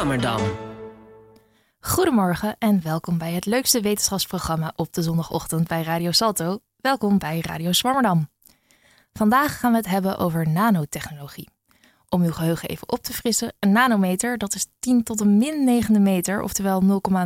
Zwammerdam. Goedemorgen en welkom bij het leukste wetenschapsprogramma op de zondagochtend bij Radio Salto. Welkom bij Radio Zwammerdam. Vandaag gaan we het hebben over nanotechnologie. Om uw geheugen even op te frissen, een nanometer dat is 10 tot de min negende meter, oftewel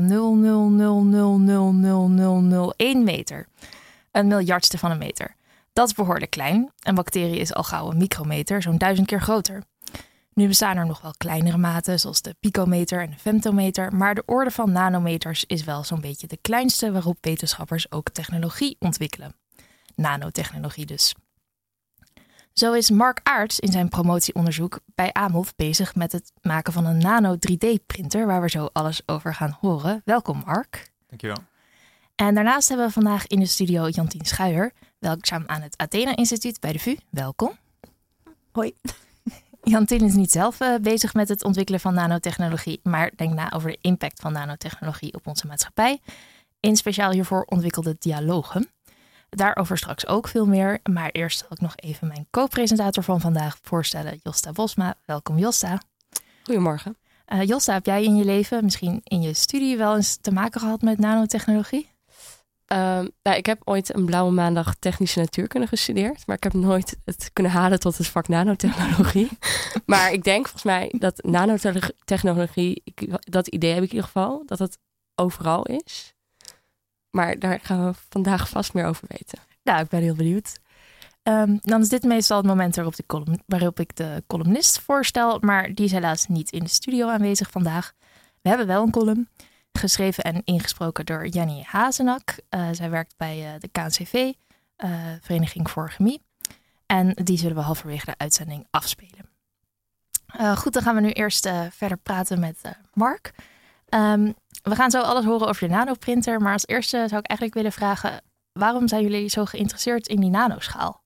0,000000001 meter. Een miljardste van een meter. Dat is behoorlijk klein. Een bacterie is al gauw een micrometer, zo'n 1000 keer groter. Nu bestaan er nog wel kleinere maten, zoals de picometer en de femtometer, maar de orde van nanometers is wel zo'n beetje de kleinste waarop wetenschappers ook technologie ontwikkelen. Nanotechnologie dus. Zo is Mark Aerts in zijn promotieonderzoek bij AMOF bezig met het maken van een nano 3D-printer, waar we zo alles over gaan horen. Welkom Mark. Dankjewel. En daarnaast hebben we vandaag in de studio Jantien Schuijer, werkzaam aan het Athena Instituut bij de VU. Welkom. Hoi. Jantien is niet zelf bezig met het ontwikkelen van nanotechnologie, maar denkt na over de impact van nanotechnologie op onze maatschappij. In speciaal hiervoor ontwikkelde dialogen. Daarover straks ook veel meer, maar eerst zal ik nog even mijn co-presentator van vandaag voorstellen, Josta Bosma. Welkom Josta. Goedemorgen. Josta, heb jij in je leven, misschien in je studie, wel eens te maken gehad met nanotechnologie? Ik heb ooit een blauwe maandag technische natuurkunde gestudeerd. Maar ik heb nooit het kunnen halen tot het vak nanotechnologie. Maar ik denk volgens mij dat nanotechnologie, dat idee heb ik in ieder geval, dat het overal is. Maar daar gaan we vandaag vast meer over weten. Nou, ik ben heel benieuwd. Dan is dit meestal het moment waarop ik de columnist voorstel. Maar die is helaas niet in de studio aanwezig vandaag. We hebben wel een column. Geschreven en ingesproken door Jenny Hazenak. Zij werkt bij de KNCV, Vereniging voor Chemie. En die zullen we halverwege de uitzending afspelen. Goed, dan gaan we nu eerst verder praten met Mark. We gaan zo alles horen over de nanoprinter. Maar als eerste zou ik eigenlijk willen vragen, waarom zijn jullie zo geïnteresseerd in die nanoschaal?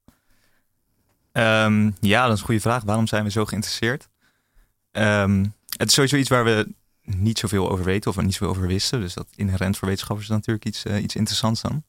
Ja, dat is een goede vraag. Waarom zijn we zo geïnteresseerd? Het is sowieso iets waar we niet zoveel over weten of er niet zoveel over wisten. Dus dat inherent voor wetenschappers is natuurlijk iets interessants dan.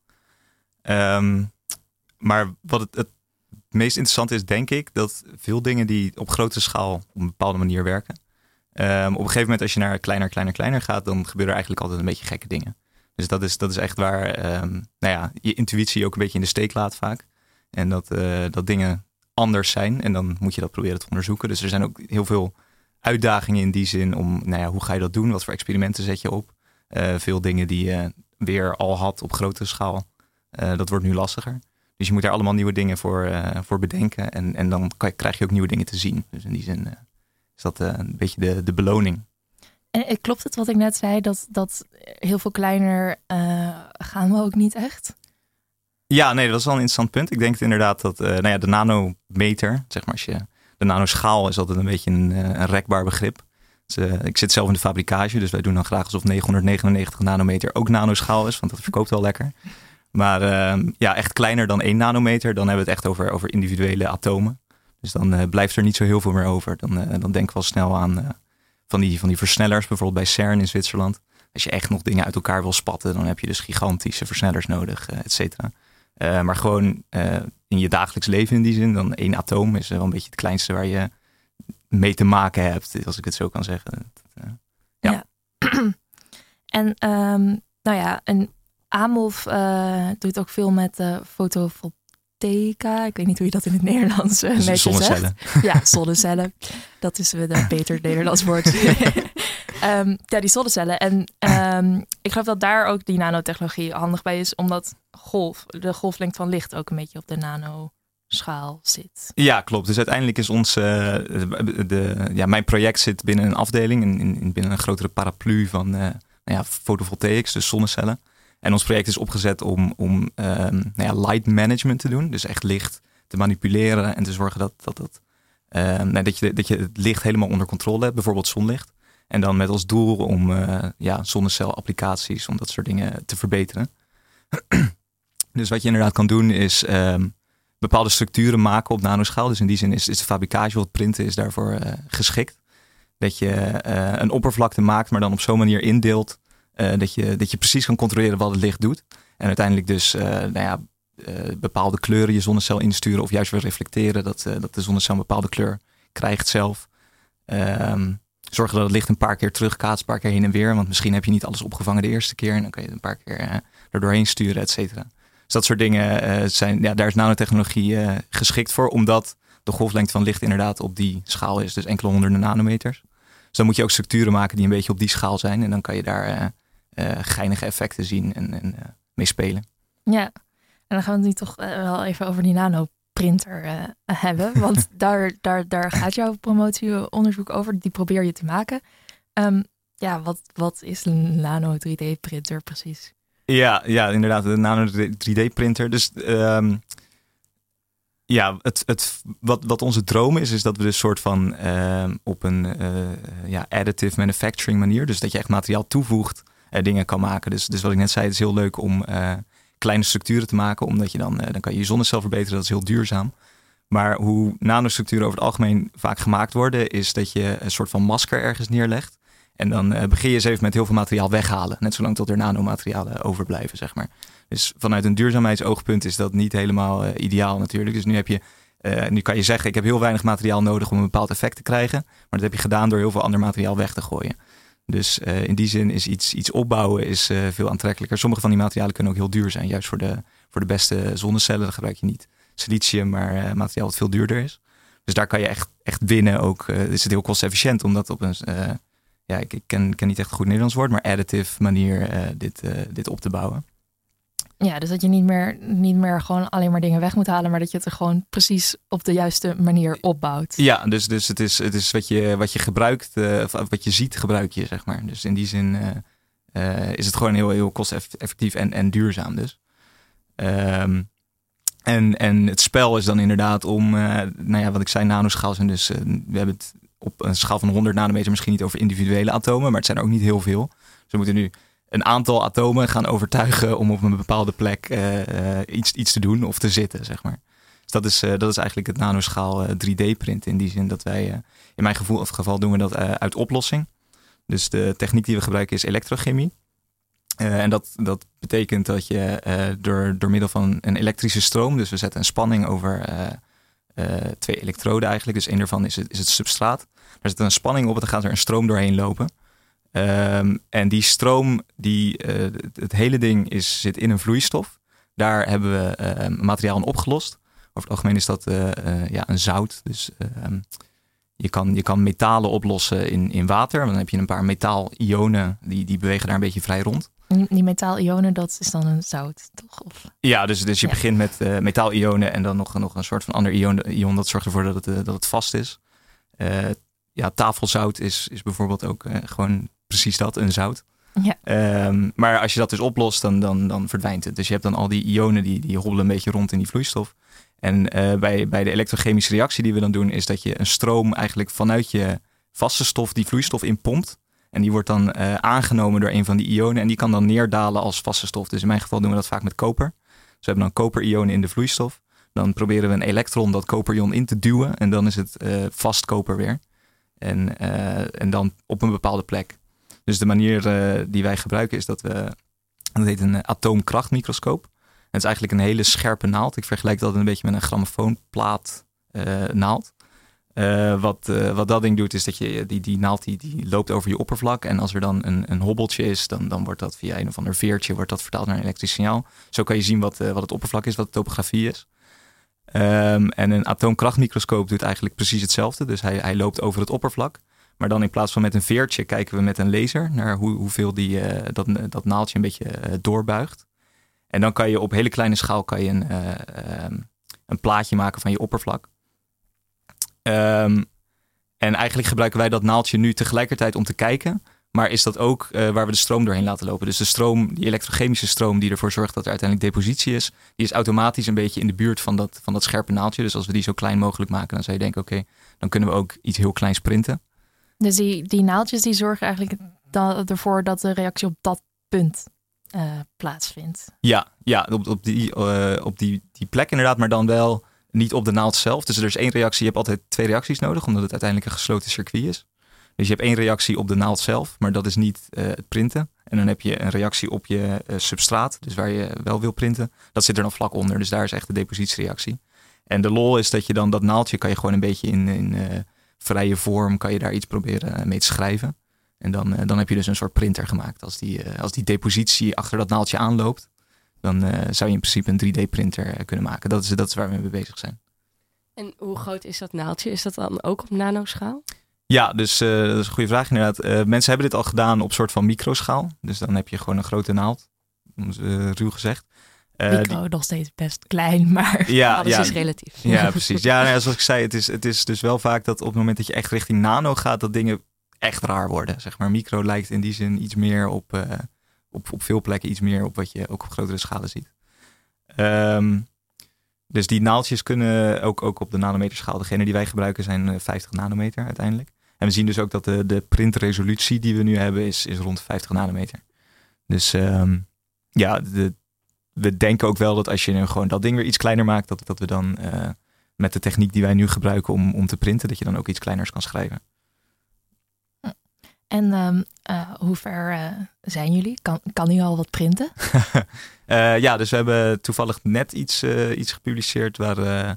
Maar wat het meest interessante is, denk ik, dat veel dingen die op grote schaal op een bepaalde manier werken. Op een gegeven moment als je naar kleiner gaat, dan gebeuren er eigenlijk altijd een beetje gekke dingen. Dus dat is echt waar je intuïtie ook een beetje in de steek laat vaak. En dat dingen anders zijn. En dan moet je dat proberen te onderzoeken. Dus er zijn ook heel veel uitdagingen in die zin om, hoe ga je dat doen? Wat voor experimenten zet je op? Veel dingen die je weer al had op grote schaal. Dat wordt nu lastiger. Dus je moet daar allemaal nieuwe dingen voor bedenken. En dan krijg je ook nieuwe dingen te zien. Dus in die zin is dat een beetje de beloning. En klopt het wat ik net zei, dat heel veel kleiner gaan we ook niet echt? Ja, nee, dat is wel een interessant punt. Ik denk inderdaad dat de nanometer, zeg maar als je... De nanoschaal is altijd een beetje een rekbaar begrip. Dus, ik zit zelf in de fabrikage, dus wij doen dan graag alsof 999 nanometer ook nanoschaal is, want dat verkoopt wel lekker. Maar echt kleiner dan 1 nanometer, dan hebben we het echt over individuele atomen. Dus dan blijft er niet zo heel veel meer over. Dan denken we al snel aan van die versnellers, bijvoorbeeld bij CERN in Zwitserland. Als je echt nog dingen uit elkaar wil spatten, dan heb je dus gigantische versnellers nodig, et cetera. Maar gewoon in je dagelijks leven in die zin, dan 1 atoom is wel een beetje het kleinste waar je mee te maken hebt, als ik het zo kan zeggen. Ja. En een AMOF doet ook veel met fotovoltaica. Ik weet niet hoe je dat in het Nederlands netjes zonnecellen. Zegt. Ja, zonnecellen. Dat is een beter Nederlands woord. Die zonnecellen. En ik geloof dat daar ook die nanotechnologie handig bij is, omdat de golflengte van licht ook een beetje op de nanoschaal zit. Ja, klopt. Dus uiteindelijk is mijn project zit binnen een afdeling, binnen een grotere paraplu van fotovoltaics, dus zonnecellen. En ons project is opgezet om light management te doen. Dus echt licht te manipuleren en te zorgen dat je het licht helemaal onder controle hebt. Bijvoorbeeld zonlicht. En dan met als doel om zonnecelapplicaties, om dat soort dingen te verbeteren. Dus wat je inderdaad kan doen is bepaalde structuren maken op nanoschaal. Dus in die zin is de fabrikage of het printen is daarvoor geschikt. Dat je een oppervlakte maakt, maar dan op zo'n manier indeelt dat je precies kan controleren wat het licht doet. En uiteindelijk dus bepaalde kleuren je zonnecel insturen of juist weer reflecteren. Dat de zonnecel een bepaalde kleur krijgt zelf. Zorgen dat het licht een paar keer terugkaatst, een paar keer heen en weer. Want misschien heb je niet alles opgevangen de eerste keer. En dan kan je het een paar keer er doorheen sturen, et cetera. Dus dat soort dingen daar is nanotechnologie geschikt voor. Omdat de golflengte van licht inderdaad op die schaal is. Dus enkele honderden nanometers. Dus dan moet je ook structuren maken die een beetje op die schaal zijn. En dan kan je daar geinige effecten zien en mee spelen. Ja, en dan gaan we het nu toch wel even over die nanoprinter hebben. Want daar gaat jouw promotieonderzoek over. Die probeer je te maken. Wat is een nano 3D-printer precies? Ja, inderdaad, de nano 3D-printer. Dus wat onze droom is dat we dus soort van op een additive manufacturing manier, dus dat je echt materiaal toevoegt, dingen kan maken. Dus wat ik net zei, het is heel leuk om kleine structuren te maken, omdat je dan kan je je zonnecel verbeteren, dat is heel duurzaam. Maar hoe nanostructuren over het algemeen vaak gemaakt worden, is dat je een soort van masker ergens neerlegt. En dan begin je eens even met heel veel materiaal weghalen. Net zolang tot er nanomaterialen overblijven, zeg maar. Dus vanuit een duurzaamheidsoogpunt is dat niet helemaal ideaal natuurlijk. Dus nu kan je zeggen, ik heb heel weinig materiaal nodig om een bepaald effect te krijgen. Maar dat heb je gedaan door heel veel ander materiaal weg te gooien. Dus in die zin is iets opbouwen is veel aantrekkelijker. Sommige van die materialen kunnen ook heel duur zijn. Juist voor de beste zonnecellen. Dan gebruik je niet silicium, maar materiaal wat veel duurder is. Dus daar kan je echt winnen ook. Is het heel kostefficiënt om dat op een... ik ken niet echt een goed Nederlands woord, maar additive manier dit op te bouwen. Ja, dus dat je niet meer gewoon alleen maar dingen weg moet halen, maar dat je het er gewoon precies op de juiste manier opbouwt. Ja, dus het is wat je gebruikt, wat je ziet, gebruik je, zeg maar. Dus in die zin is het gewoon heel, heel kosteffectief en duurzaam dus. En het spel is dan inderdaad om, wat ik zei, nanoschaal zijn dus, we hebben het op een schaal van 100 nanometer misschien niet over individuele atomen, maar het zijn er ook niet heel veel. Dus we moeten nu een aantal atomen gaan overtuigen om op een bepaalde plek iets te doen of te zitten, zeg maar. Dus dat is eigenlijk het nanoschaal 3D-printen in die zin dat wij, in mijn geval doen we dat uit oplossing. Dus de techniek die we gebruiken is elektrochemie. En dat betekent dat je door middel van een elektrische stroom, dus we zetten een spanning over 2 elektroden eigenlijk. Dus één daarvan is het substraat. Daar zit een spanning op en dan gaat er een stroom doorheen lopen. En die stroom, het hele ding zit in een vloeistof. Daar hebben we materiaal in opgelost. Over het algemeen is dat een zout. Dus je kan metalen oplossen in water. Dan heb je een paar metaalionen die bewegen daar een beetje vrij rond. Die metaalionen, dat is dan een zout, toch? Of... Ja, dus je begint met metaalionen en dan nog een soort van ander ion dat zorgt ervoor dat het vast is. Tafelzout is bijvoorbeeld ook gewoon precies dat, een zout. Ja. Maar als je dat dus oplost, dan verdwijnt het. Dus je hebt dan al die ionen die hobbelen een beetje rond in die vloeistof. En bij de elektrochemische reactie die we dan doen, is dat je een stroom eigenlijk vanuit je vaste stof die vloeistof inpompt. En die wordt dan aangenomen door een van die ionen en die kan dan neerdalen als vaste stof. Dus in mijn geval doen we dat vaak met koper. Dus we hebben dan koperionen in de vloeistof. Dan proberen we een elektron dat koperion in te duwen en dan is het vast koper weer. En dan op een bepaalde plek. Dus de manier die wij gebruiken is dat heet een atoomkrachtmicroscoop. Het is eigenlijk een hele scherpe naald. Ik vergelijk dat een beetje met een grammofoonplaat naald. Wat dat ding doet is dat je die naald die loopt over je oppervlak. En als er dan een hobbeltje is, dan wordt dat via een of ander veertje vertaald naar een elektrisch signaal. Zo kan je zien wat het oppervlak is, wat de topografie is. En een atoomkrachtmicroscoop doet eigenlijk precies hetzelfde. Dus hij loopt over het oppervlak. Maar dan in plaats van met een veertje kijken we met een laser naar hoeveel dat naaldje een beetje doorbuigt. En dan kan je op hele kleine schaal een plaatje maken van je oppervlak. En eigenlijk gebruiken wij dat naaldje nu tegelijkertijd om te kijken. Maar is dat ook waar we de stroom doorheen laten lopen. Dus de stroom, die elektrochemische stroom die ervoor zorgt dat er uiteindelijk depositie is. Die is automatisch een beetje in de buurt van dat scherpe naaldje. Dus als we die zo klein mogelijk maken, dan zou je denken oké, dan kunnen we ook iets heel kleins printen. Dus die naaldjes die zorgen eigenlijk ervoor dat de reactie op dat punt plaatsvindt. Ja, op die plek inderdaad, maar dan wel niet op de naald zelf. Dus er is één reactie, je hebt altijd 2 reacties nodig, omdat het uiteindelijk een gesloten circuit is. Dus je hebt 1 reactie op de naald zelf, maar dat is niet het printen. En dan heb je een reactie op je substraat, dus waar je wel wil printen. Dat zit er dan vlak onder, dus daar is echt de depositiereactie. En de lol is dat je dan dat naaldje kan je gewoon een beetje vrije vorm kan je daar iets proberen mee te schrijven. En dan heb je dus een soort printer gemaakt. Als die depositie achter dat naaldje aanloopt, dan zou je in principe een 3D-printer kunnen maken. Dat is waar we mee bezig zijn. En hoe groot is dat naaldje? Is dat dan ook op nanoschaal? Ja, dus dat is een goede vraag inderdaad. Mensen hebben dit al gedaan op soort van microschaal. Dus dan heb je gewoon een grote naald, ruw gezegd. Micro nog steeds best klein, maar alles is relatief. Ja, precies. Ja, zoals ik zei, het is dus wel vaak dat op het moment dat je echt richting nano gaat, dat dingen echt raar worden. Zeg maar, micro lijkt in die zin iets meer op veel plekken iets meer op wat je ook op grotere schalen ziet. Dus die naaldjes kunnen ook op de nanometerschaal. Degene die wij gebruiken zijn 50 nanometer uiteindelijk. En we zien dus ook dat de printresolutie die we nu hebben is rond 50 nanometer. Dus we denken ook wel dat als je gewoon dat ding weer iets kleiner maakt, dat we dan met de techniek die wij nu gebruiken om te printen, dat je dan ook iets kleiners kan schrijven. En hoe ver zijn jullie? Kan u al wat printen? Dus we hebben toevallig net iets gepubliceerd waar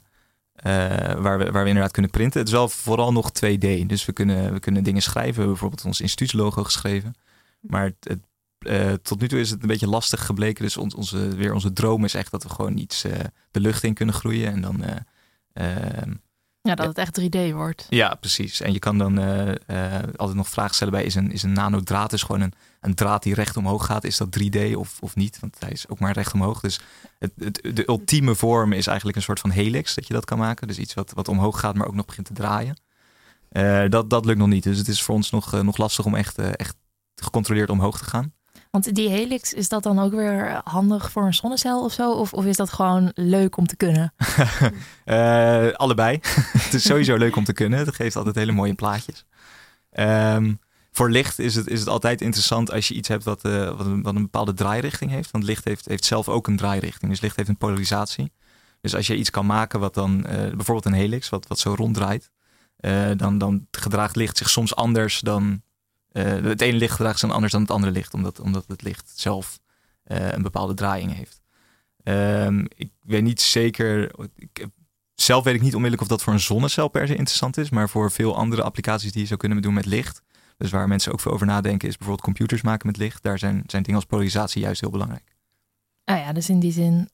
we inderdaad kunnen printen. Het is wel vooral nog 2D. Dus we kunnen dingen schrijven. We hebben bijvoorbeeld ons instituutslogo geschreven. Maar tot nu toe is het een beetje lastig gebleken. Dus onze droom is echt dat we gewoon iets de lucht in kunnen groeien. En dan dat het echt 3D wordt. Ja, precies. En je kan dan altijd nog vragen stellen bij, is een nanodraad dus gewoon een draad die recht omhoog gaat? Is dat 3D of niet? Want hij is ook maar recht omhoog. Dus de ultieme vorm is eigenlijk een soort van helix, dat je dat kan maken. Dus iets wat omhoog gaat, maar ook nog begint te draaien. Dat lukt nog niet. Dus het is voor ons nog lastig om echt gecontroleerd omhoog te gaan. Want die helix, is dat dan ook weer handig voor een zonnecel of zo? Of is dat gewoon leuk om te kunnen? Allebei. Het is sowieso leuk om te kunnen. Het geeft altijd hele mooie plaatjes. Voor licht is het altijd interessant als je iets hebt wat een bepaalde draairichting heeft. Want licht heeft zelf ook een draairichting. Dus licht heeft een polarisatie. Dus als je iets kan maken wat dan, bijvoorbeeld een helix, wat zo ronddraait. Dan gedraagt licht zich soms anders dan... het ene licht gedraagt zich anders dan het andere licht. Omdat het licht zelf een bepaalde draaiing heeft. Ik weet niet zeker... Zelf weet ik niet onmiddellijk of dat voor een zonnecel per se interessant is. Maar voor veel andere applicaties die je zou kunnen doen met licht. Dus waar mensen ook veel over nadenken is bijvoorbeeld computers maken met licht. Daar zijn dingen als polarisatie juist heel belangrijk. Dus in die zin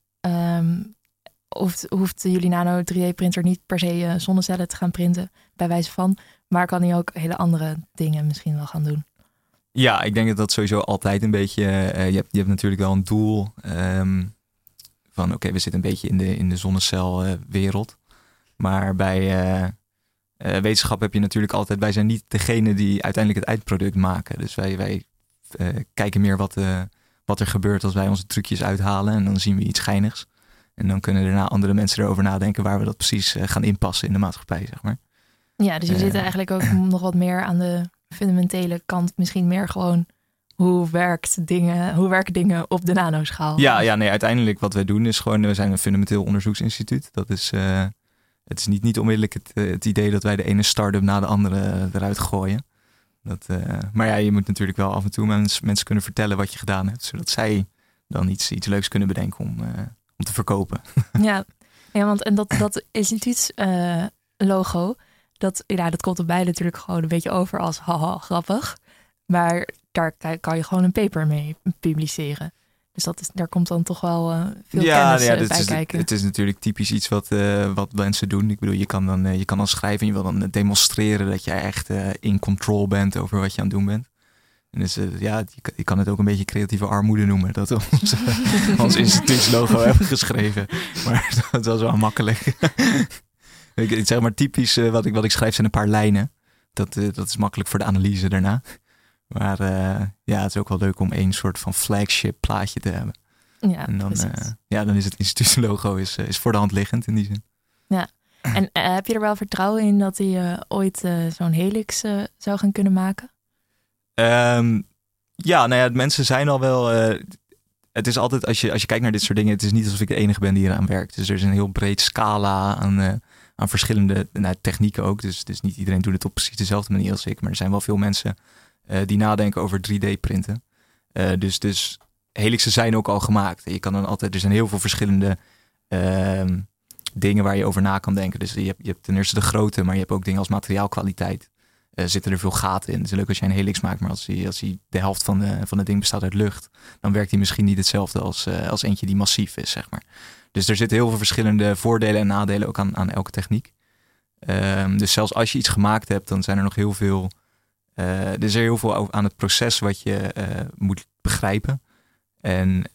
hoeft jullie nano 3D-printer niet per se zonnecellen te gaan printen. Bij wijze van. Maar kan hij ook hele andere dingen misschien wel gaan doen? Ja, ik denk dat sowieso altijd een beetje... je hebt natuurlijk wel een doel van oké, we zitten een beetje in de zonnecelwereld. Maar bij wetenschap heb je natuurlijk altijd... Wij zijn niet degene die uiteindelijk het eindproduct maken. Dus wij kijken meer wat er gebeurt als wij onze trucjes uithalen. En dan zien we iets geinigs. En dan kunnen daarna andere mensen erover nadenken waar we dat precies gaan inpassen in de maatschappij, zeg maar. Ja, dus je zit eigenlijk ook nog wat meer aan de fundamentele kant. Misschien meer gewoon hoe werken dingen op de nanoschaal. Ja, uiteindelijk wat wij doen is gewoon... We zijn een fundamenteel onderzoeksinstituut. Dat is... Het is niet onmiddellijk het idee dat wij de ene start-up na de andere eruit gooien. Maar ja, je moet natuurlijk wel af en toe mensen kunnen vertellen wat je gedaan hebt. Zodat zij dan iets leuks kunnen bedenken om te verkopen. Ja, want en dat instituutslogo... Dat komt erbij natuurlijk gewoon een beetje over als haha, grappig. Maar daar kan je gewoon een paper mee publiceren. Dus daar komt dan toch wel veel kennis bij kijken. Het is natuurlijk typisch iets wat mensen doen. Ik bedoel, je kan dan schrijven en je wil dan demonstreren dat je echt in control bent over wat je aan het doen bent. En dus je kan het ook een beetje creatieve armoede noemen. Dat we ons instituutslogo hebben geschreven. Maar dat was wel makkelijk. Ik zeg maar typisch wat ik schrijf zijn een paar lijnen. Dat is makkelijk voor de analyse daarna. Maar het is ook wel leuk om één soort van flagship plaatje te hebben. Ja, en dan is het instituutslogo is voor de hand liggend in die zin. Ja, en heb je er wel vertrouwen in dat hij ooit zo'n helix zou gaan kunnen maken? Mensen zijn al wel... het is altijd, als je kijkt naar dit soort dingen... Het is niet alsof ik de enige ben die eraan werkt. Dus er is een heel breed scala aan verschillende technieken ook. Dus niet iedereen doet het op precies dezelfde manier als ik. Maar er zijn wel veel mensen die nadenken over 3D-printen. Dus helixen zijn ook al gemaakt. Je kan dan altijd... Er zijn heel veel verschillende dingen waar je over na kan denken. Dus je hebt ten eerste de grootte, maar je hebt ook dingen als materiaalkwaliteit. Zitten er veel gaten in. Het is leuk als je een helix maakt, maar als hij de helft van het ding bestaat uit lucht, dan werkt hij misschien niet hetzelfde als eentje die massief is, zeg maar. Dus er zitten heel veel verschillende voordelen en nadelen ook aan elke techniek. Dus zelfs als je iets gemaakt hebt, dan zijn er nog heel veel. Er is er heel veel aan het proces wat je moet begrijpen. En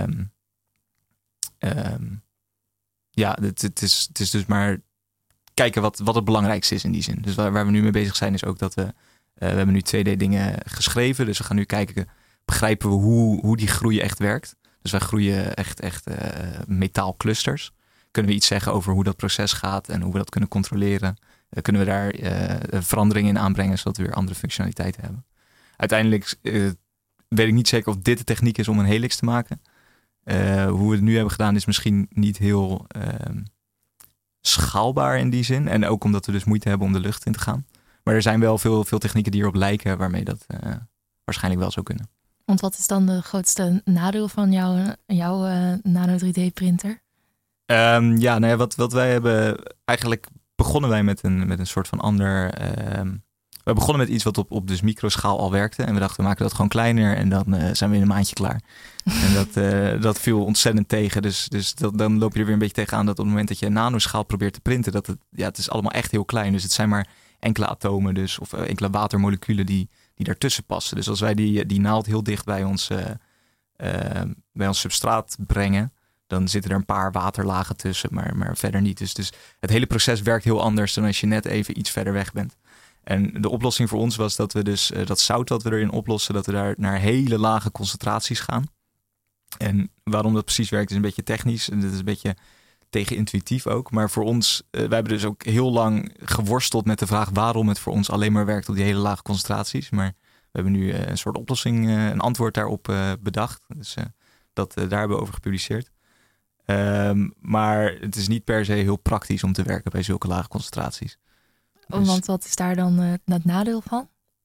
het is dus maar kijken wat het belangrijkste is in die zin. Dus waar we nu mee bezig zijn is ook dat we hebben nu 2D dingen geschreven. Dus we gaan nu kijken, begrijpen we hoe die groei echt werkt. Dus wij groeien echt metaalclusters. Kunnen we iets zeggen over hoe dat proces gaat en hoe we dat kunnen controleren? Kunnen we daar veranderingen in aanbrengen zodat we weer andere functionaliteiten hebben? Uiteindelijk weet ik niet zeker of dit de techniek is om een helix te maken. Hoe we het nu hebben gedaan is misschien niet heel schaalbaar in die zin. En ook omdat we dus moeite hebben om de lucht in te gaan. Maar er zijn wel veel technieken die erop lijken waarmee dat waarschijnlijk wel zou kunnen. Want wat is dan de grootste nadeel van jouw nano 3D printer? Wat wij hebben... Eigenlijk begonnen wij met een soort van ander... we begonnen met iets wat op dus microschaal al werkte. En we dachten, we maken dat gewoon kleiner en dan zijn we in een maandje klaar. En dat viel ontzettend tegen. Dus dan loop je er weer een beetje tegenaan dat op het moment dat je een nanoschaal probeert te printen, het is allemaal echt heel klein. Dus het zijn maar enkele atomen dus, of enkele watermoleculen die daartussen passen. Dus als wij die naald heel dicht bij ons substraat brengen, dan zitten er een paar waterlagen tussen, maar verder niet. Dus het hele proces werkt heel anders dan als je net even iets verder weg bent. En de oplossing voor ons was dat we dus dat zout wat we erin oplossen, dat we daar naar hele lage concentraties gaan. En waarom dat precies werkt is een beetje technisch en dat is een beetje tegenintuïtief ook. Maar voor ons, wij hebben dus ook heel lang geworsteld met de vraag waarom het voor ons alleen maar werkt op die hele lage concentraties. Maar we hebben nu een soort oplossing, een antwoord daarop bedacht. Dus daar hebben we over gepubliceerd. Maar het is niet per se heel praktisch om te werken bij zulke lage concentraties. Dus, want wat is daar dan het nadeel van?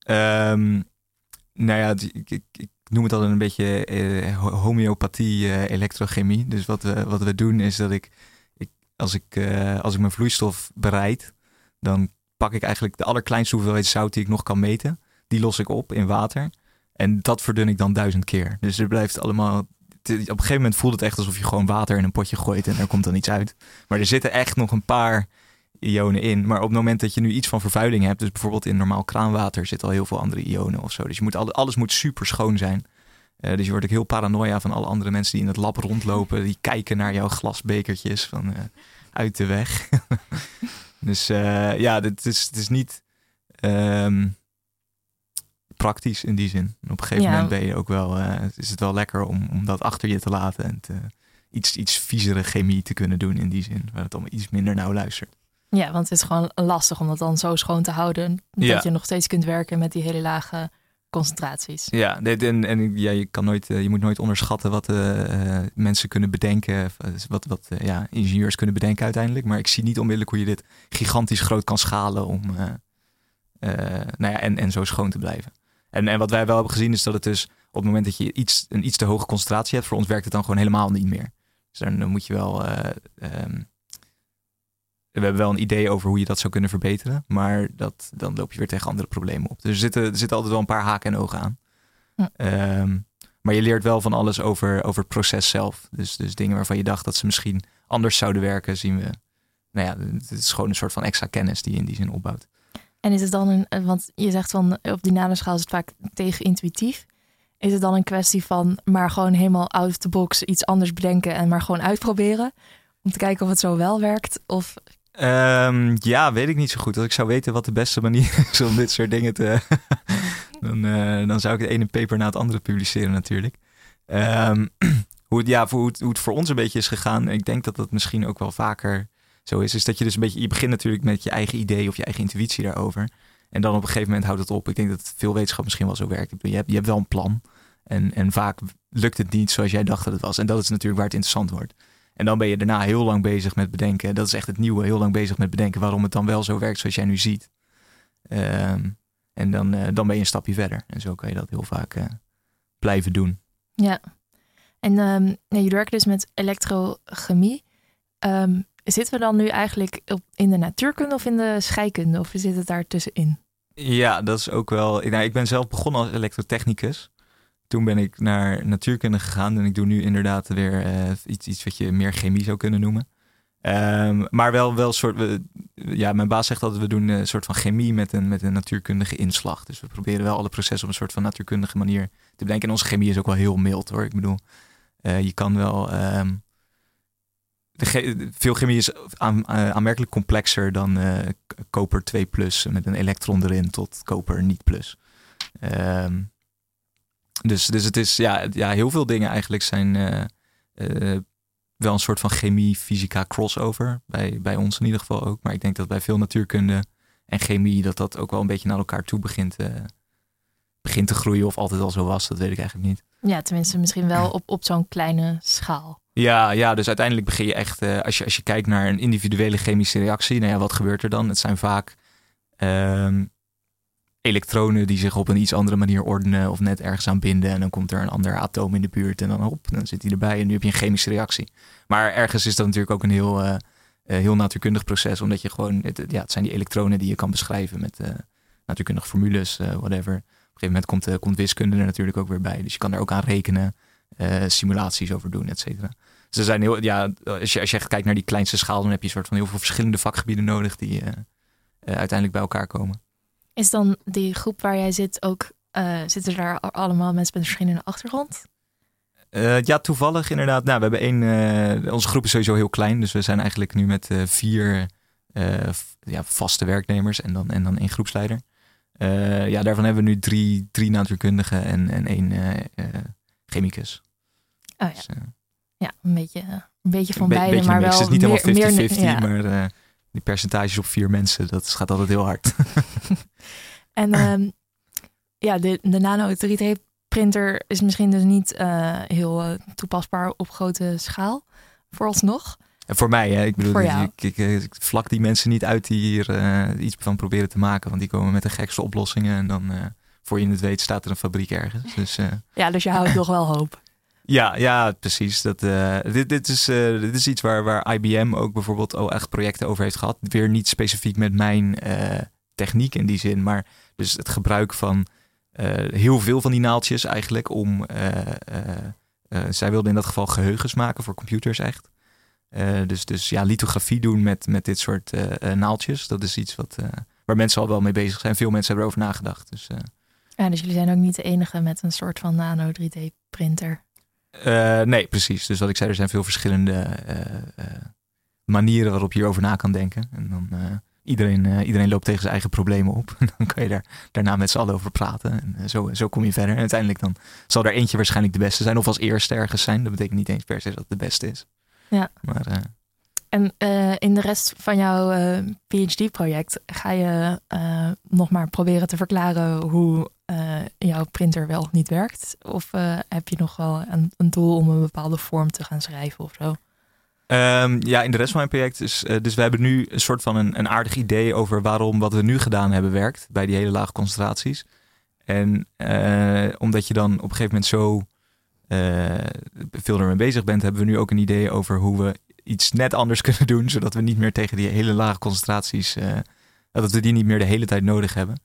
Ik noem het altijd een beetje homeopathie, elektrochemie. Dus wat we doen is dat als ik mijn vloeistof bereid, dan pak ik eigenlijk de allerkleinste hoeveelheid zout die ik nog kan meten. Die los ik op in water. En dat verdun ik dan 1000 keer. Dus er blijft allemaal... Op een gegeven moment voelt het echt alsof je gewoon water in een potje gooit en er komt dan iets uit. Maar er zitten echt nog een paar ionen in. Maar op het moment dat je nu iets van vervuiling hebt, dus bijvoorbeeld in normaal kraanwater zit al heel veel andere ionen of zo. Dus alles moet super schoon zijn. Dus je wordt ook heel paranoia van alle andere mensen die in het lab rondlopen. Die kijken naar jouw glasbekertjes van uit de weg. Dus het is niet praktisch in die zin. En op een gegeven moment ben je ook wel, is het wel lekker om dat achter je te laten en iets viezere chemie te kunnen doen in die zin. Waar het allemaal iets minder nauw luistert. Ja, want het is gewoon lastig om dat dan zo schoon te houden. Dat je nog steeds kunt werken met die hele lage concentraties. Ja, je moet nooit onderschatten wat mensen kunnen bedenken. Wat ingenieurs kunnen bedenken uiteindelijk. Maar ik zie niet onmiddellijk hoe je dit gigantisch groot kan schalen om en zo schoon te blijven. En wat wij wel hebben gezien is dat het dus op het moment dat je een iets te hoge concentratie hebt, voor ons werkt het dan gewoon helemaal niet meer. Dus dan moet je wel... we hebben wel een idee over hoe je dat zou kunnen verbeteren. Maar dan loop je weer tegen andere problemen op. Dus er zitten altijd wel een paar haken en ogen aan. Ja. Maar je leert wel van alles over het proces zelf. Dus dingen waarvan je dacht dat ze misschien anders zouden werken, zien we. Het is gewoon een soort van extra kennis die je in die zin opbouwt. En is het dan want je zegt van op die nanoschaal is het vaak tegenintuïtief. Is het dan een kwestie van maar gewoon helemaal out of the box iets anders bedenken en maar gewoon uitproberen? Om te kijken of het zo wel werkt? Of... weet ik niet zo goed. Als ik zou weten wat de beste manier is om dit soort dingen te... dan zou ik het ene paper na het andere publiceren natuurlijk. Hoe het voor ons een beetje is gegaan. Ik denk dat dat misschien ook wel vaker zo is dat je dus een beetje... Je begint natuurlijk met je eigen idee of je eigen intuïtie daarover. En dan op een gegeven moment houdt het op. Ik denk dat veel wetenschap misschien wel zo werkt. Je hebt wel een plan. En vaak lukt het niet zoals jij dacht dat het was. En dat is natuurlijk waar het interessant wordt. En dan ben je daarna heel lang bezig met bedenken. Dat is echt het nieuwe. Heel lang bezig met bedenken waarom het dan wel zo werkt zoals jij nu ziet. En dan ben je een stapje verder. En zo kan je dat heel vaak blijven doen. Ja. En jullie werken dus met elektrochemie. zitten we dan nu eigenlijk in de natuurkunde of in de scheikunde? Of zit het daar tussenin? Ja, dat is ook wel... ik ben zelf begonnen als elektrotechnicus. Toen ben ik naar natuurkunde gegaan. En ik doe nu inderdaad weer iets wat je meer chemie zou kunnen noemen. Maar wel een soort... mijn baas zegt altijd, we doen een soort van chemie met een natuurkundige inslag. Dus we proberen wel alle processen op een soort van natuurkundige manier te bedenken. En onze chemie is ook wel heel mild, hoor. Ik bedoel, je kan wel... veel chemie is aanmerkelijk complexer dan koper 2+ met een elektron erin tot koper niet plus. Dus het is heel veel dingen eigenlijk zijn wel een soort van chemie-fysica crossover. Bij ons in ieder geval ook. Maar ik denk dat bij veel natuurkunde en chemie dat ook wel een beetje naar elkaar toe begint te groeien. Of altijd al zo was, dat weet ik eigenlijk niet. Ja, tenminste misschien wel op zo'n kleine schaal. Ja, dus uiteindelijk begin je echt, als je kijkt naar een individuele chemische reactie, nou ja, wat gebeurt er dan? Het zijn vaak elektronen die zich op een iets andere manier ordenen of net ergens aan binden. En dan komt er een ander atoom in de buurt en dan zit hij erbij en nu heb je een chemische reactie. Maar ergens is dat natuurlijk ook een heel natuurkundig proces, omdat je gewoon, het zijn die elektronen die je kan beschrijven met natuurkundige formules, whatever. Op een gegeven moment komt wiskunde er natuurlijk ook weer bij. Dus je kan er ook aan rekenen, simulaties over doen, et cetera. Dus er zijn als je echt kijkt naar die kleinste schaal, dan heb je een soort van heel veel verschillende vakgebieden nodig die uiteindelijk bij elkaar komen. Is dan die groep waar jij zit ook, zitten daar allemaal mensen met een verschillende achtergrond? Ja, toevallig inderdaad. Nou, we hebben onze groep is sowieso heel klein, dus we zijn eigenlijk nu met 4 vaste werknemers en dan 1 groepsleider. Daarvan hebben we nu 3 natuurkundigen en 1 chemicus. Oh ja. Dus, ja, een beetje van beide, beide, maar wel het is niet helemaal 50-50, ja. maar die percentages op 4 mensen, dat gaat altijd heel hard. En de nano 3D-printer is misschien dus niet heel toepasbaar op grote schaal, vooralsnog. En voor mij, hè? Ik bedoel, ik vlak die mensen niet uit die hier iets van proberen te maken, want die komen met de gekste oplossingen en dan, voor je het weet, staat er een fabriek ergens. Dus, dus je houdt toch wel hoop. Ja, precies. Dit is iets waar IBM ook bijvoorbeeld echt projecten over heeft gehad. Weer niet specifiek met mijn techniek in die zin, maar dus het gebruik van heel veel van die naaldjes eigenlijk om... zij wilden in dat geval geheugens maken voor computers echt. Dus lithografie doen met dit soort naaldjes. Dat is iets waar mensen al wel mee bezig zijn. Veel mensen hebben erover nagedacht. Dus jullie zijn ook niet de enige met een soort van nano 3D-printer. Nee, precies. Dus wat ik zei, er zijn veel verschillende manieren waarop je hierover na kan denken. En dan iedereen loopt tegen zijn eigen problemen op. En dan kan je daarna met z'n allen over praten. En zo kom je verder. En uiteindelijk dan zal er eentje waarschijnlijk de beste zijn. Of als eerste ergens zijn. Dat betekent niet eens per se dat het de beste is. Ja. Maar, en in de rest van jouw PhD-project ga je nog maar proberen te verklaren hoe jouw printer wel of niet werkt? Of heb je nog wel een doel om een bepaalde vorm te gaan schrijven of zo? In de rest van mijn project is... dus we hebben nu een soort van een aardig idee over waarom wat we nu gedaan hebben werkt. Bij die hele lage concentraties. En omdat je dan op een gegeven moment zo veel ermee bezig bent, hebben we nu ook een idee over hoe we iets net anders kunnen doen. Zodat we niet meer tegen die hele lage concentraties... dat we die niet meer de hele tijd nodig hebben.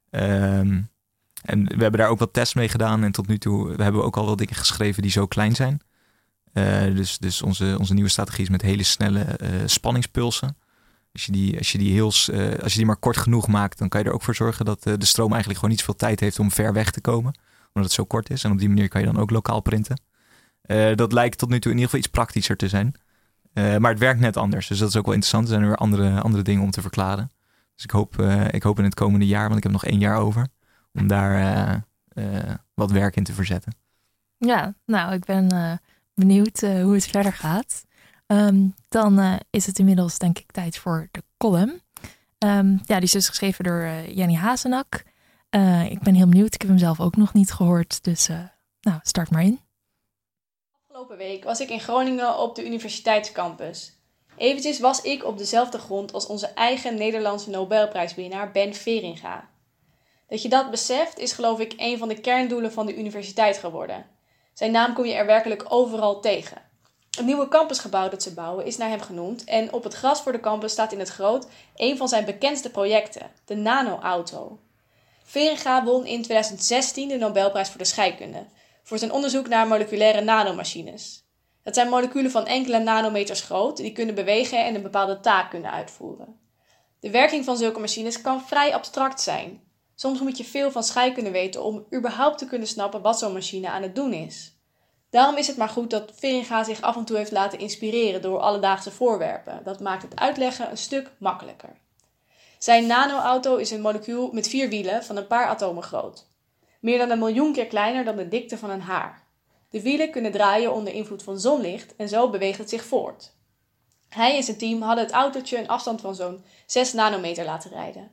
En we hebben daar ook wat tests mee gedaan. En tot nu toe hebben we ook al wel dingen geschreven die zo klein zijn. Dus onze nieuwe strategie is met hele snelle spanningspulsen. Als je die maar kort genoeg maakt, dan kan je er ook voor zorgen dat de stroom eigenlijk gewoon niet zoveel tijd heeft om ver weg te komen. Omdat het zo kort is. En op die manier kan je dan ook lokaal printen. Dat lijkt tot nu toe in ieder geval iets praktischer te zijn. Maar het werkt net anders. Dus dat is ook wel interessant. Er zijn er weer andere dingen om te verklaren. Dus ik hoop in het komende jaar, want ik heb nog 1 jaar over, om daar wat werk in te verzetten. Ja, nou, ik ben benieuwd hoe het verder gaat. Dan is het inmiddels denk ik tijd voor de column. Die is dus geschreven door Jenny Hazenak. Ik ben heel benieuwd. Ik heb hem zelf ook nog niet gehoord. Dus start maar in. Afgelopen week was ik in Groningen op de universiteitscampus. Eventjes was ik op dezelfde grond als onze eigen Nederlandse Nobelprijswinnaar Ben Veringa. Dat je dat beseft is geloof ik een van de kerndoelen van de universiteit geworden. Zijn naam kom je er werkelijk overal tegen. Het nieuwe campusgebouw dat ze bouwen is naar hem genoemd en op het gras voor de campus staat in het groot een van zijn bekendste projecten, de nano-auto. Feringa won in 2016 de Nobelprijs voor de scheikunde voor zijn onderzoek naar moleculaire nanomachines. Dat zijn moleculen van enkele nanometers groot die kunnen bewegen en een bepaalde taak kunnen uitvoeren. De werking van zulke machines kan vrij abstract zijn. Soms moet je veel van scheikunde weten om überhaupt te kunnen snappen wat zo'n machine aan het doen is. Daarom is het maar goed dat Feringa zich af en toe heeft laten inspireren door alledaagse voorwerpen. Dat maakt het uitleggen een stuk makkelijker. Zijn nanoauto is een molecuul met 4 wielen van een paar atomen groot. Meer dan 1 miljoen keer kleiner dan de dikte van een haar. De wielen kunnen draaien onder invloed van zonlicht en zo beweegt het zich voort. Hij en zijn team hadden het autootje een afstand van zo'n 6 nanometer laten rijden.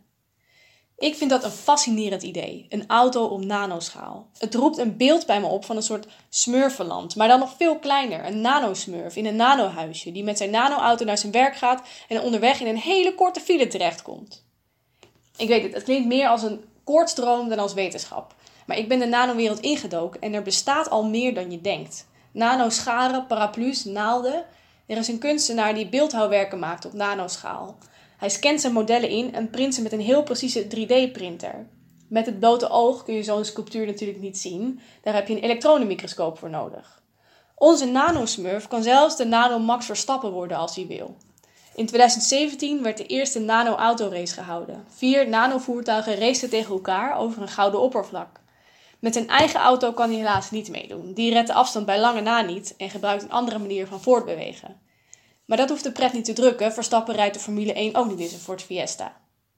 Ik vind dat een fascinerend idee, een auto op nanoschaal. Het roept een beeld bij me op van een soort smurfenland, maar dan nog veel kleiner, een nanosmurf in een nanohuisje die met zijn nanoauto naar zijn werk gaat en onderweg in een hele korte file terechtkomt. Ik weet het klinkt meer als een koortsdroom dan als wetenschap, maar ik ben de nanowereld ingedoken en er bestaat al meer dan je denkt. Nanoscharen, paraplu's, naalden. Er is een kunstenaar die beeldhouwwerken maakt op nanoschaal. Hij scant zijn modellen in en print ze met een heel precieze 3D-printer. Met het blote oog kun je zo'n sculptuur natuurlijk niet zien. Daar heb je een elektronenmicroscoop voor nodig. Onze nanosmurf kan zelfs de nano Max Verstappen worden als hij wil. In 2017 werd de eerste nano-autorace gehouden. 4 nanovoertuigen racen tegen elkaar over een gouden oppervlak. Met zijn eigen auto kan hij helaas niet meedoen. Die redt de afstand bij lange na niet en gebruikt een andere manier van voortbewegen. Maar dat hoeft de pret niet te drukken. Verstappen rijdt de Formule 1 ook niet in zijn Ford Fiesta.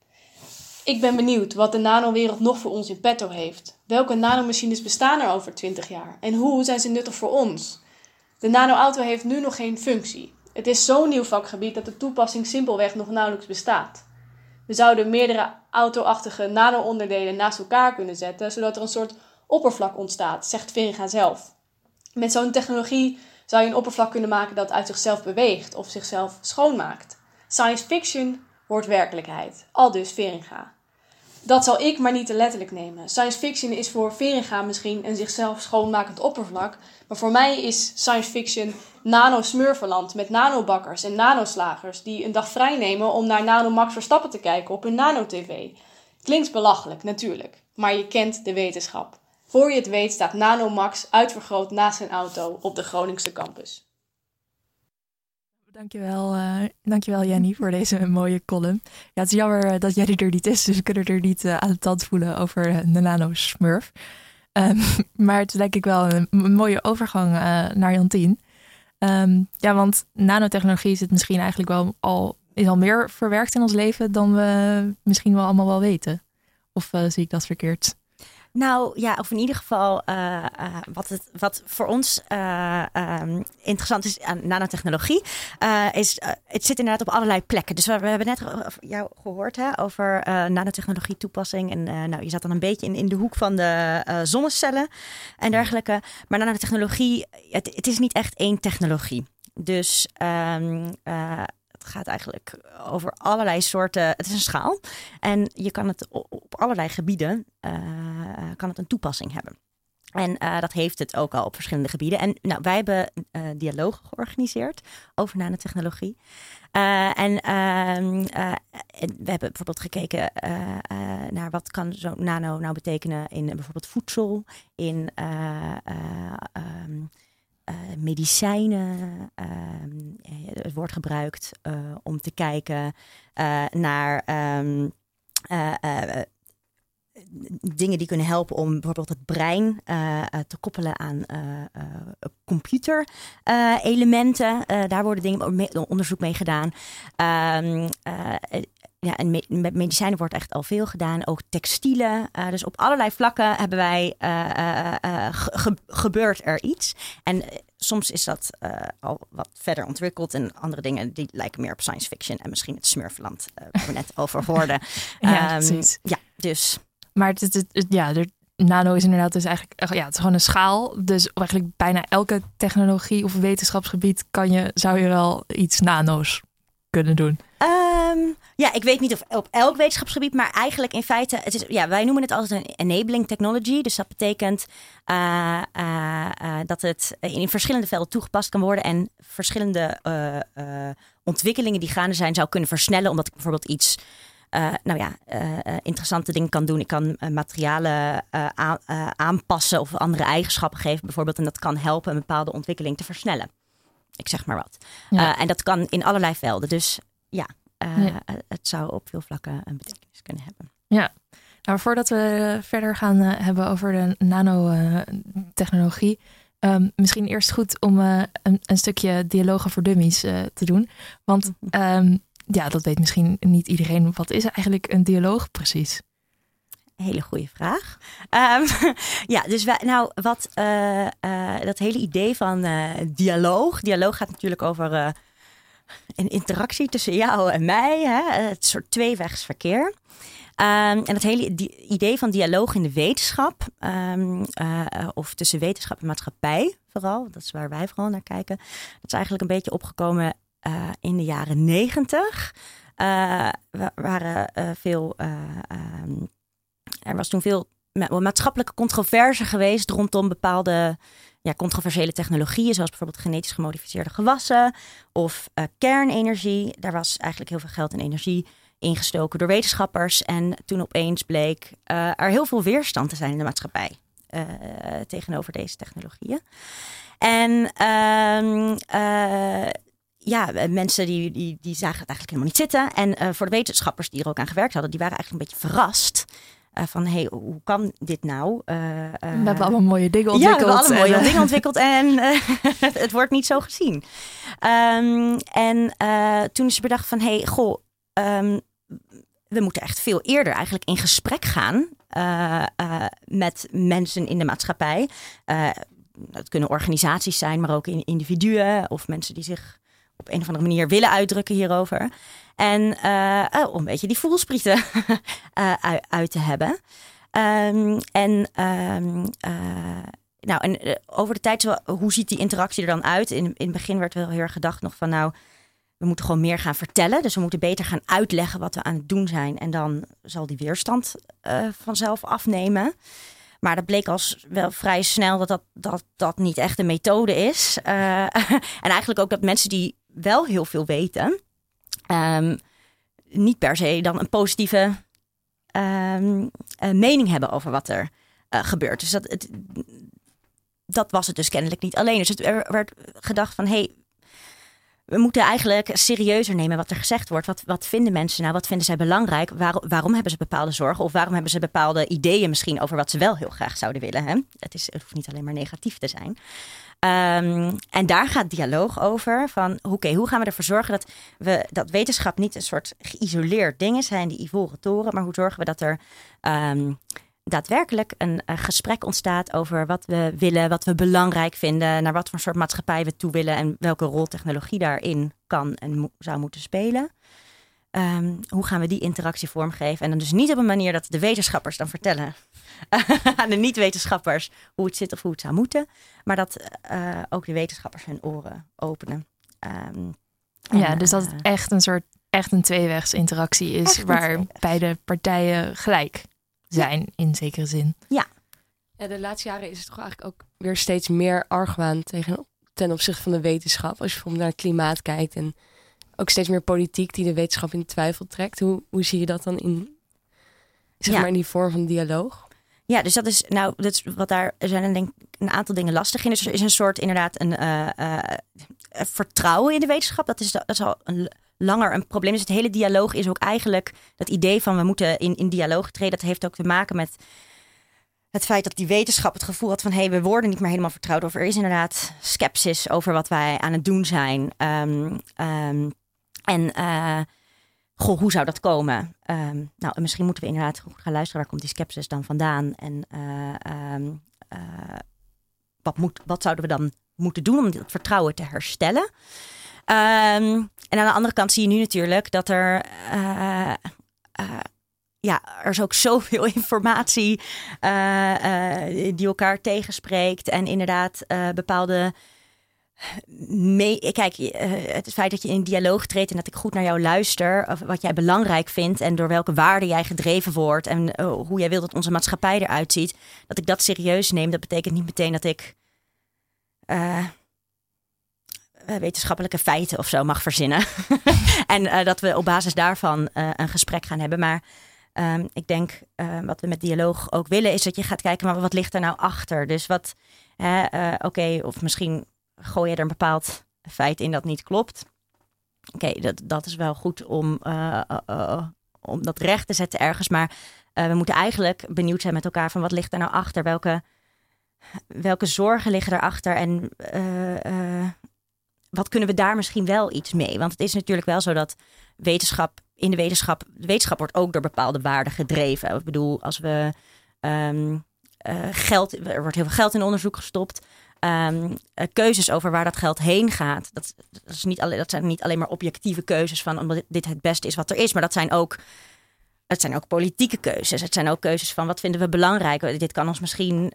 Ik ben benieuwd wat de nanowereld nog voor ons in petto heeft. Welke nanomachines bestaan er over 20 jaar? En hoe zijn ze nuttig voor ons? De nanoauto heeft nu nog geen functie. Het is zo'n nieuw vakgebied dat de toepassing simpelweg nog nauwelijks bestaat. We zouden meerdere auto-achtige nano-onderdelen naast elkaar kunnen zetten, zodat er een soort oppervlak ontstaat, zegt Feringa zelf. Met zo'n technologie zou je een oppervlak kunnen maken dat uit zichzelf beweegt of zichzelf schoonmaakt. Science fiction wordt werkelijkheid, aldus Feringa. Dat zal ik maar niet te letterlijk nemen. Science fiction is voor Feringa misschien een zichzelf schoonmakend oppervlak, maar voor mij is science fiction nano-smurfenland met nanobakkers en nanoslagers die een dag vrij nemen om naar nano Max Verstappen te kijken op hun nano-tv. Klinkt belachelijk, natuurlijk, maar je kent de wetenschap. Voor je het weet staat nano Max uitvergroot naast zijn auto op de Groningse campus. Dankjewel Jenny voor deze mooie column. Ja, het is jammer dat Jenny er niet is, dus we kunnen er niet aan de tand voelen over de nano-smurf. Maar het is denk ik wel een mooie overgang naar Jantien. Ja, want nanotechnologie zit misschien eigenlijk wel is al meer verwerkt in ons leven dan we misschien wel allemaal wel weten. Of zie ik dat verkeerd? Nou ja, of in ieder geval wat voor ons interessant is aan nanotechnologie, is het zit inderdaad op allerlei plekken. Dus we hebben net jou gehoord over nanotechnologie toepassing. En je zat dan een beetje in de hoek van de zonnecellen en dergelijke. Maar nanotechnologie, het is niet echt één technologie. Dus het gaat eigenlijk over allerlei soorten. Het is een schaal. En je kan het op allerlei gebieden kan het een toepassing hebben. En dat heeft het ook al op verschillende gebieden. En wij hebben dialogen georganiseerd over nanotechnologie. We hebben bijvoorbeeld gekeken naar wat kan zo'n nano nou betekenen in bijvoorbeeld voedsel, in medicijnen. Het wordt gebruikt om te kijken naar dingen die kunnen helpen om bijvoorbeeld het brein te koppelen aan computerelementen. Daar worden onderzoek mee gedaan. En met medicijnen wordt echt al veel gedaan. Ook textielen. Dus op allerlei vlakken hebben wij gebeurt er iets. En soms is dat al wat verder ontwikkeld. En andere dingen die lijken meer op science fiction. En misschien het Smurfland waar we net over hoorden. Ja, precies. Ja, dus. Maar de nano is inderdaad dus eigenlijk, het is gewoon een schaal. Dus eigenlijk bijna elke technologie of wetenschapsgebied zou je wel iets nano's kunnen doen. Ja, ik weet niet of op elk wetenschapsgebied, maar eigenlijk in feite, wij noemen het altijd een enabling technology. Dus dat betekent dat het in verschillende velden toegepast kan worden en verschillende ontwikkelingen die gaande zijn zou kunnen versnellen, omdat ik bijvoorbeeld iets interessante dingen kan doen. Ik kan materialen aanpassen of andere eigenschappen geven bijvoorbeeld. En dat kan helpen een bepaalde ontwikkeling te versnellen. Ik zeg maar wat. Ja. En dat kan in allerlei velden. Dus het zou op veel vlakken een betekenis kunnen hebben. Ja, nou voordat we verder gaan hebben over de nanotechnologie. Misschien eerst goed om een stukje dialogen voor dummies te doen. Want dat weet misschien niet iedereen. Wat is eigenlijk een dialoog precies? Hele goede vraag. Dus dat hele idee van dialoog. Dialoog gaat natuurlijk over een interactie tussen jou en mij. Hè? Het soort tweewegsverkeer. En het hele idee van dialoog in de wetenschap, of tussen wetenschap en maatschappij vooral, dat is waar wij vooral naar kijken. Dat is eigenlijk een beetje opgekomen in de jaren 90. Er was toen veel maatschappelijke controverse geweest rondom bepaalde controversiële technologieën, zoals bijvoorbeeld genetisch gemodificeerde gewassen of kernenergie. Daar was eigenlijk heel veel geld en energie ingestoken door wetenschappers. En toen opeens bleek er heel veel weerstand te zijn in de maatschappij tegenover deze technologieën. En mensen die zagen het eigenlijk helemaal niet zitten. En voor de wetenschappers die er ook aan gewerkt hadden, die waren eigenlijk een beetje verrast. Van hoe kan dit nou? We hebben allemaal mooie dingen ontwikkeld. Ja, we hebben allemaal mooie dingen ontwikkeld en het wordt niet zo gezien. Toen is ze bedacht van we moeten echt veel eerder eigenlijk in gesprek gaan met mensen in de maatschappij. Dat kunnen organisaties zijn, maar ook individuen of mensen die zich op een of andere manier willen uitdrukken hierover. En om een beetje die voelsprieten uit te hebben. Over de tijd, hoe ziet die interactie er dan uit? In het begin werd wel heel erg gedacht nog van we moeten gewoon meer gaan vertellen. Dus we moeten beter gaan uitleggen wat we aan het doen zijn. En dan zal die weerstand vanzelf afnemen. Maar dat bleek wel vrij snel dat niet echt een methode is. En eigenlijk ook dat mensen die wel heel veel weten, niet per se dan een positieve mening hebben over wat er gebeurt. Dus dat was het dus kennelijk niet alleen. Dus er werd gedacht van we moeten eigenlijk serieuzer nemen wat er gezegd wordt. Wat vinden mensen nou? Wat vinden zij belangrijk? Waarom hebben ze bepaalde zorgen? Of waarom hebben ze bepaalde ideeën misschien over wat ze wel heel graag zouden willen? Hè? Het hoeft niet alleen maar negatief te zijn. En daar gaat dialoog over. Van hoe gaan we ervoor zorgen dat wetenschap niet een soort geïsoleerd ding is. Zijn die ivoren toren. Maar hoe zorgen we dat er daadwerkelijk een gesprek ontstaat over wat we willen, wat we belangrijk vinden, naar wat voor soort maatschappij we toe willen en welke rol technologie daarin kan en zou moeten spelen. Hoe gaan we die interactie vormgeven? En dan dus niet op een manier dat de wetenschappers dan vertellen aan de niet-wetenschappers hoe het zit of hoe het zou moeten, maar dat ook de wetenschappers hun oren openen. Dus dat het echt een tweewegs interactie is waar beide partijen gelijk zijn in zekere zin. Ja. De laatste jaren is het toch eigenlijk ook weer steeds meer argwaan ten opzichte van de wetenschap. Als je bijvoorbeeld naar het klimaat kijkt en ook steeds meer politiek die de wetenschap in twijfel trekt. Hoe zie je dat dan in die vorm van dialoog? Ja, dus dat is wat daar zijn denk ik een aantal dingen lastig in. Dus er is een soort inderdaad een vertrouwen in de wetenschap. Dat is al langer een probleem. Dus het hele dialoog is ook eigenlijk dat idee van we moeten in dialoog treden. Dat heeft ook te maken met het feit dat die wetenschap het gevoel had van we worden niet meer helemaal vertrouwd over. Er is inderdaad sceptisch over wat wij aan het doen zijn. Hoe zou dat komen? Misschien moeten we inderdaad goed gaan luisteren. Waar komt die sceptisch dan vandaan? En wat zouden we dan moeten doen om dat vertrouwen te herstellen? En aan de andere kant zie je nu natuurlijk dat er is ook zoveel informatie die elkaar tegenspreekt. En inderdaad bepaalde Kijk, het feit dat je in een dialoog treedt en dat ik goed naar jou luister, of wat jij belangrijk vindt en door welke waarden jij gedreven wordt en hoe jij wilt dat onze maatschappij eruit ziet, dat ik dat serieus neem, dat betekent niet meteen dat ik wetenschappelijke feiten of zo mag verzinnen. En dat we op basis daarvan een gesprek gaan hebben. Maar ik denk wat we met dialoog ook willen is dat je gaat kijken, maar wat ligt er nou achter? Dus wat, of misschien gooi je er een bepaald feit in dat niet klopt. Oké, dat is wel goed om dat recht te zetten ergens. Maar we moeten eigenlijk benieuwd zijn met elkaar van wat ligt er nou achter? Welke zorgen liggen erachter? En wat kunnen we daar misschien wel iets mee? Want het is natuurlijk wel zo dat de wetenschap wordt ook door bepaalde waarden gedreven. Ik bedoel, als we er wordt heel veel geld in onderzoek gestopt. Keuzes over waar dat geld heen gaat. Dat zijn niet alleen maar objectieve keuzes van omdat dit het beste is wat er is. Maar het zijn ook politieke keuzes. Het zijn ook keuzes van wat vinden we belangrijk. Dit kan ons misschien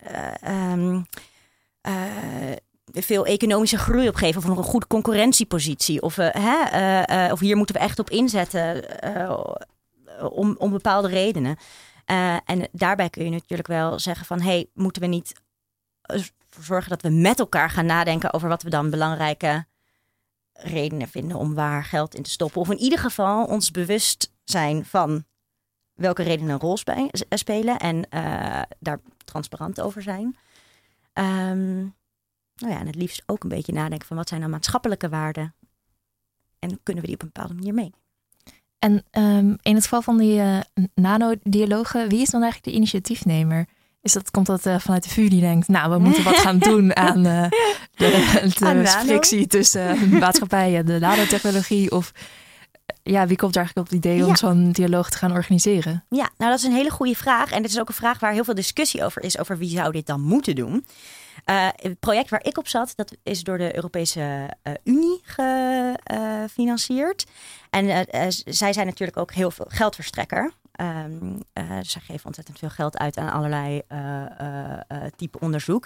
veel economische groei opgeven. Of nog een goede concurrentiepositie. Of hier moeten we echt op inzetten om bepaalde redenen. En daarbij kun je natuurlijk wel zeggen van moeten we niet zorgen dat we met elkaar gaan nadenken over wat we dan belangrijke redenen vinden om waar geld in te stoppen. Of in ieder geval ons bewust zijn van welke redenen een rol spelen en daar transparant over zijn. En het liefst ook een beetje nadenken van wat zijn nou maatschappelijke waarden en kunnen we die op een bepaalde manier mee. En in het geval van die nanodialogen, wie is dan eigenlijk de initiatiefnemer? Komt dat vanuit de VU die denkt, nou, we moeten wat gaan doen aan de frictie tussen maatschappij en de nanotechnologie? Of wie komt er eigenlijk op het idee om zo'n dialoog te gaan organiseren? Ja, nou dat is een hele goede vraag. En dit is ook een vraag waar heel veel discussie over is, over wie zou dit dan moeten doen. Het project waar ik op zat, dat is door de Europese Unie gefinancierd. En zij zijn natuurlijk ook heel veel geldverstrekker. Ze geven ontzettend veel geld uit aan allerlei type onderzoek.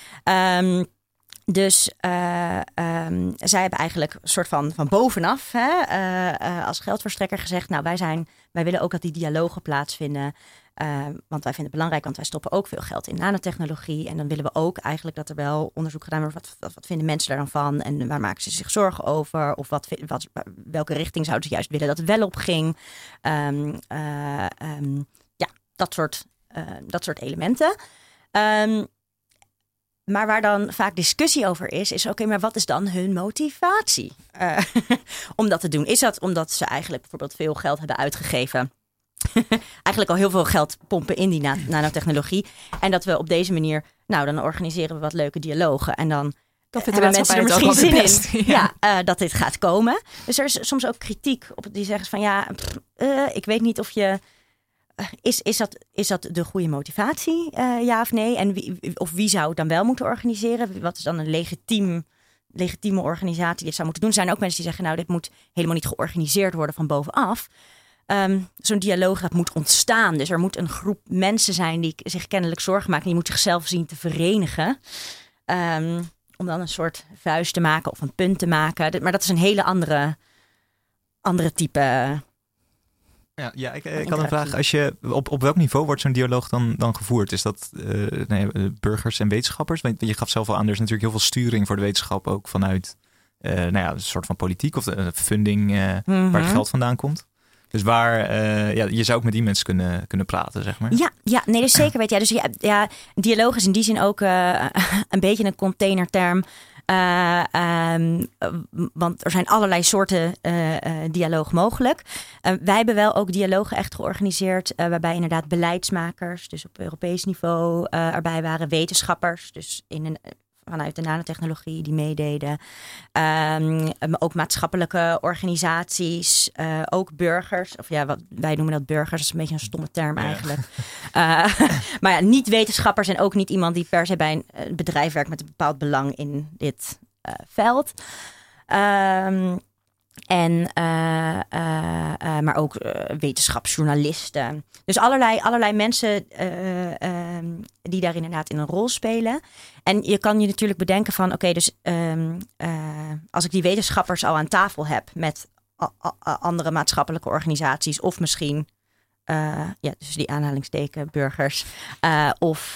Dus zij hebben eigenlijk een soort van bovenaf als geldverstrekker gezegd, nou wij willen ook dat die dialogen plaatsvinden. Want wij vinden het belangrijk, want wij stoppen ook veel geld in nanotechnologie. En dan willen we ook eigenlijk dat er wel onderzoek gedaan wordt. Wat vinden mensen daar dan van? En waar maken ze zich zorgen over? Of welke richting zouden ze juist willen dat het wel op ging? Dat soort elementen. Maar waar dan vaak discussie over is oké, maar wat is dan hun motivatie om dat te doen? Is dat omdat ze eigenlijk bijvoorbeeld veel geld hebben uitgegeven? Eigenlijk al heel veel geld pompen in die nanotechnologie. En dat we op deze manier, nou dan organiseren we wat leuke dialogen. En dan hebben mensen er misschien zin in dat dit gaat komen. Dus er is soms ook kritiek op die zeggen van ik weet niet of je... Is dat de goede motivatie, ja of nee? En wie zou het dan wel moeten organiseren? Wat is dan een legitieme organisatie die het zou moeten doen? Er zijn ook mensen die zeggen, nou, dit moet helemaal niet georganiseerd worden van bovenaf. Zo'n dialoog dat moet ontstaan. Dus er moet een groep mensen zijn die zich kennelijk zorgen maken. Die moet zichzelf zien te verenigen. Om dan een soort vuist te maken of een punt te maken. Maar dat is een hele andere type... Ik had een vraag. Als je, op welk niveau wordt zo'n dialoog dan gevoerd? Is dat burgers en wetenschappers? Want je gaf zelf al aan, er is natuurlijk heel veel sturing voor de wetenschap ook vanuit een soort van politiek of de funding waar het geld vandaan komt. Dus waar je zou ook met die mensen kunnen praten, zeg maar. Ja, nee, dus zeker weet. Dus dialoog is in die zin ook een beetje een containerterm. Want er zijn allerlei soorten dialoog mogelijk. Wij hebben wel ook dialogen echt georganiseerd waarbij inderdaad beleidsmakers, dus op Europees niveau erbij waren, wetenschappers, dus vanuit de nanotechnologie die meededen. Ook maatschappelijke organisaties, ook burgers. Of wij noemen dat burgers, dat is een beetje een stomme term eigenlijk. Maar niet wetenschappers en ook niet iemand die per se bij een bedrijf werkt met een bepaald belang in dit veld. Maar ook wetenschapsjournalisten. Dus allerlei mensen die daar inderdaad in een rol spelen. En je kan je natuurlijk bedenken van, dus als ik die wetenschappers al aan tafel heb met andere maatschappelijke organisaties of misschien, dus die aanhalingsteken burgers of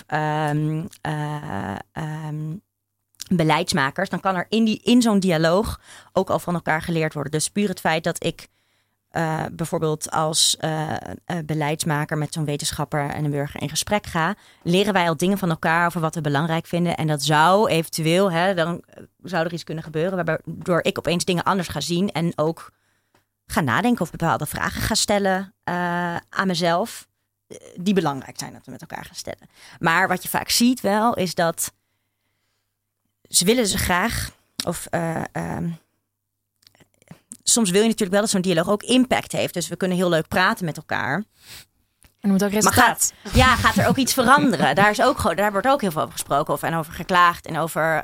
beleidsmakers, dan kan er in zo'n dialoog ook al van elkaar geleerd worden. Dus puur het feit dat ik bijvoorbeeld als beleidsmaker met zo'n wetenschapper en een burger in gesprek ga, leren wij al dingen van elkaar over wat we belangrijk vinden. En dat zou eventueel, dan zou er iets kunnen gebeuren waardoor ik opeens dingen anders ga zien en ook ga nadenken of bepaalde vragen ga stellen aan mezelf die belangrijk zijn dat we met elkaar gaan stellen. Maar wat je vaak ziet wel is dat ze willen ze graag of soms wil je natuurlijk wel dat zo'n dialoog ook impact heeft. Dus we kunnen heel leuk praten met elkaar. En er moet ook resultaat. Maar gaat er ook iets veranderen? Daar wordt ook heel veel over gesproken en over geklaagd en over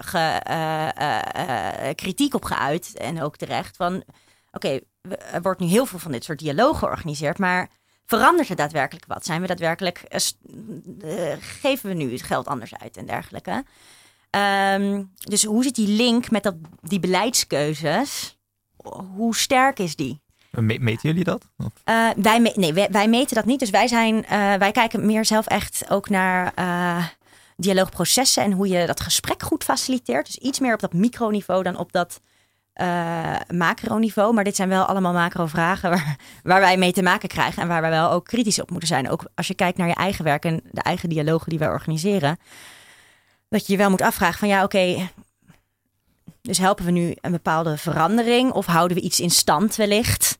kritiek op geuit. En ook terecht van, er wordt nu heel veel van dit soort dialogen georganiseerd, maar verandert er daadwerkelijk wat? Zijn we daadwerkelijk, geven we nu het geld anders uit en dergelijke? Dus hoe zit die link met die beleidskeuzes? Hoe sterk is die? Meten jullie dat? Wij meten dat niet. Dus wij kijken meer zelf echt ook naar dialoogprocessen en hoe je dat gesprek goed faciliteert. Dus iets meer op dat microniveau dan op dat macroniveau. Maar dit zijn wel allemaal macrovragen waar wij mee te maken krijgen en waar wij wel ook kritisch op moeten zijn. Ook als je kijkt naar je eigen werk en de eigen dialogen die wij organiseren. Dat je je wel moet afvragen van dus helpen we nu een bepaalde verandering of houden we iets in stand wellicht?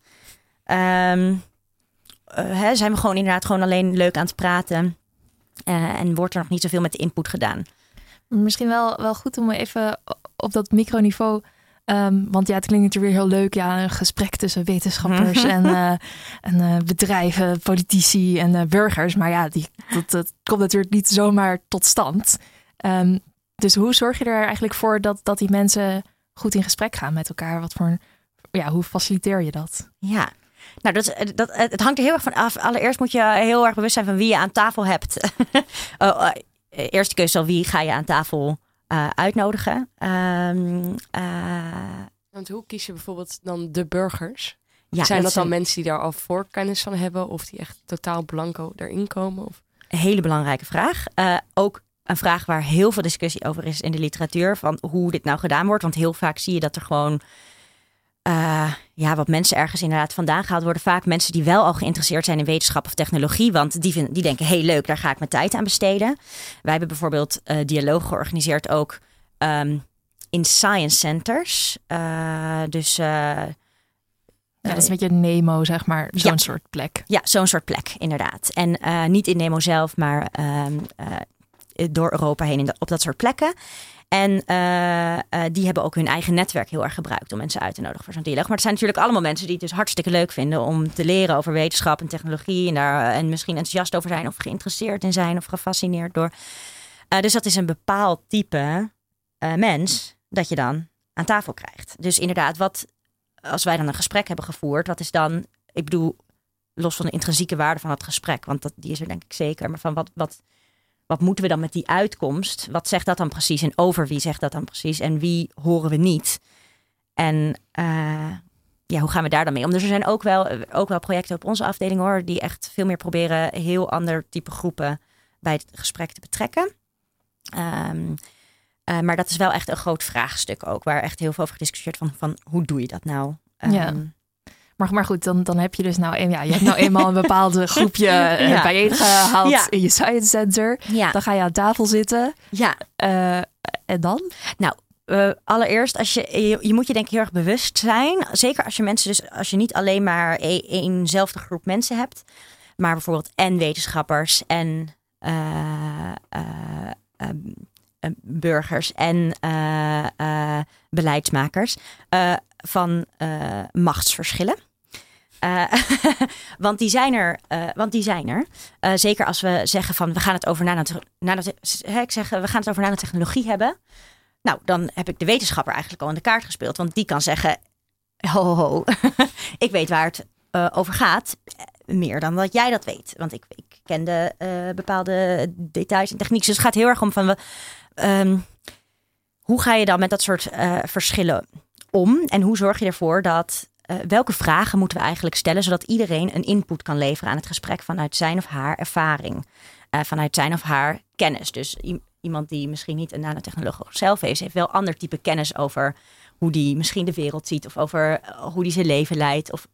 Zijn we gewoon alleen leuk aan het praten en wordt er nog niet zoveel met de input gedaan? Misschien wel goed om even op dat microniveau, want het klinkt natuurlijk weer heel leuk, een gesprek tussen wetenschappers en bedrijven, politici en burgers. Maar dat komt natuurlijk niet zomaar tot stand. Dus hoe zorg je er eigenlijk voor dat die mensen goed in gesprek gaan met elkaar? Hoe faciliteer je dat? Ja, nou het hangt er heel erg van af. Allereerst moet je heel erg bewust zijn van wie je aan tafel hebt. Eerste keuze al, wie ga je aan tafel uitnodigen? Want hoe kies je bijvoorbeeld dan de burgers? Ja, zijn dat dan mensen die daar al voorkennis van hebben of die echt totaal blanco erin komen? Of? Een hele belangrijke vraag. Ook een vraag waar heel veel discussie over is in de literatuur. Van hoe dit nou gedaan wordt. Want heel vaak zie je dat er gewoon wat mensen ergens inderdaad vandaan gehaald worden. Vaak mensen die wel al geïnteresseerd zijn in wetenschap of technologie. Want die denken, heel leuk, daar ga ik mijn tijd aan besteden. Wij hebben bijvoorbeeld dialoog georganiseerd ook in science centers. Dat is een beetje Nemo, zeg maar. Zo'n soort plek. Ja, zo'n soort plek, inderdaad. En niet in Nemo zelf, maar door Europa heen op dat soort plekken. En die hebben ook hun eigen netwerk heel erg gebruikt om mensen uit te nodigen voor zo'n dialoog. Maar het zijn natuurlijk allemaal mensen die het dus hartstikke leuk vinden om te leren over wetenschap en technologie. En misschien enthousiast over zijn of geïnteresseerd in zijn of gefascineerd door. Dus dat is een bepaald type mens dat je dan aan tafel krijgt. Dus inderdaad, als wij dan een gesprek hebben gevoerd, wat is dan, ik bedoel, los van de intrinsieke waarde van het gesprek, want die is er denk ik zeker, maar van wat moeten we dan met die uitkomst? Wat zegt dat dan precies? En over wie zegt dat dan precies? En wie horen we niet? En hoe gaan we daar dan mee om? Dus er zijn ook wel projecten op onze afdeling hoor, die echt veel meer proberen heel ander type groepen bij het gesprek te betrekken. Maar dat is wel echt een groot vraagstuk ook, waar echt heel veel over gediscussieerd van hoe doe je dat nou? Maar goed, dan heb je dus je hebt nou eenmaal een bepaalde groepje bijeengehaald in je science center. Ja. Dan ga je aan tafel zitten. Ja. En dan? Nou, allereerst, je moet je denk ik heel erg bewust zijn. Zeker als je mensen, dus als je niet alleen maar eenzelfde groep mensen hebt, maar bijvoorbeeld en wetenschappers en burgers en beleidsmakers van machtsverschillen. Want die zijn er. Zeker als we zeggen van we gaan het over nanotechnologie hebben. Nou, dan heb ik de wetenschapper eigenlijk al in de kaart gespeeld. Want die kan zeggen, ho, ik weet waar het over gaat. Meer dan dat jij dat weet. Want ik kende bepaalde details en technieken. Dus het gaat heel erg om van hoe ga je dan met dat soort verschillen om? En hoe zorg je ervoor dat welke vragen moeten we eigenlijk stellen, zodat iedereen een input kan leveren aan het gesprek vanuit zijn of haar ervaring, vanuit zijn of haar kennis. Dus iemand die misschien niet een nanotechnoloog zelf heeft wel ander type kennis over hoe die misschien de wereld ziet of over hoe die zijn leven leidt. Of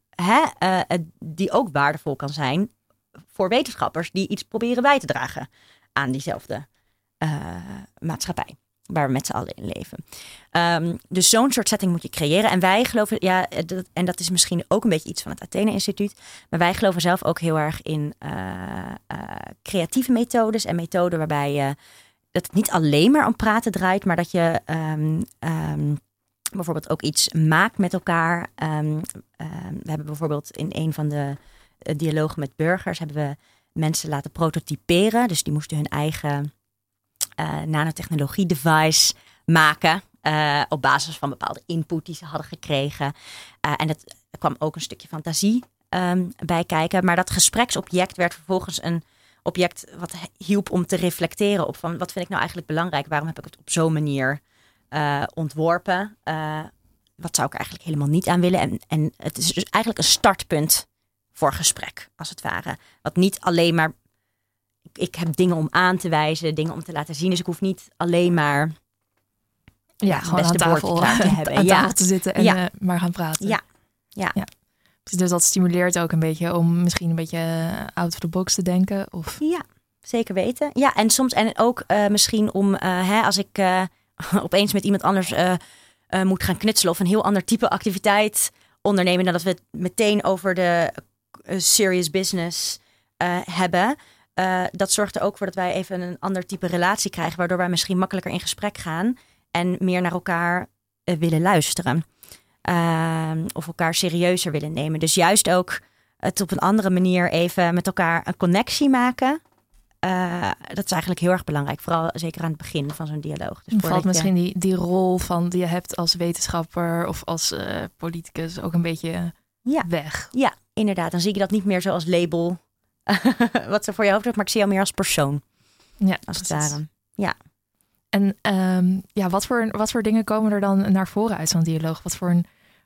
die ook waardevol kan zijn voor wetenschappers die iets proberen bij te dragen aan diezelfde maatschappij waar we met z'n allen in leven. Dus zo'n soort setting moet je creëren. En wij geloven, en dat is misschien ook een beetje iets van het Athena Instituut, maar wij geloven zelf ook heel erg in creatieve methodes en methoden waarbij dat het niet alleen maar om praten draait, maar dat je bijvoorbeeld ook iets maakt met elkaar. We hebben bijvoorbeeld in een van de dialogen met burgers hebben we mensen laten prototyperen. Dus die moesten hun eigen nanotechnologie device maken op basis van bepaalde input die ze hadden gekregen. En er kwam ook een stukje fantasie bij kijken. Maar dat gespreksobject werd vervolgens een object wat hielp om te reflecteren op van wat vind ik nou eigenlijk belangrijk? Waarom heb ik het op zo'n manier ontworpen? Wat zou ik er eigenlijk helemaal niet aan willen? En het is dus eigenlijk een startpunt voor gesprek, als het ware. Wat niet alleen maar ik heb dingen om aan te wijzen, dingen om te laten zien. Dus ik hoef niet alleen maar gewoon aan tafel, te hebben. aan tafel te zitten en maar gaan praten. Ja. Dus dat stimuleert ook een beetje om misschien een beetje out of the box te denken. Of... Ja, zeker weten. Ja, en soms en ook misschien om als ik opeens met iemand anders moet gaan knutselen of een heel ander type activiteit ondernemen dan dat we het meteen over de serious business hebben. Dat zorgt er ook voor dat wij even een ander type relatie krijgen, waardoor wij misschien makkelijker in gesprek gaan en meer naar elkaar willen luisteren. Of elkaar serieuzer willen nemen. Dus juist ook het op een andere manier even met elkaar een connectie maken. Dat is eigenlijk heel erg belangrijk. Vooral zeker aan het begin van zo'n dialoog. Dus valt misschien die rol van die je hebt als wetenschapper of als politicus ook een beetje weg. Ja, inderdaad. Dan zie ik dat niet meer zo als label wat ze voor je hoofd heeft, maar ik zie jou meer als persoon. Ja, als het ware. Ja. En wat voor dingen komen er dan naar voren uit zo'n dialoog? Wat voor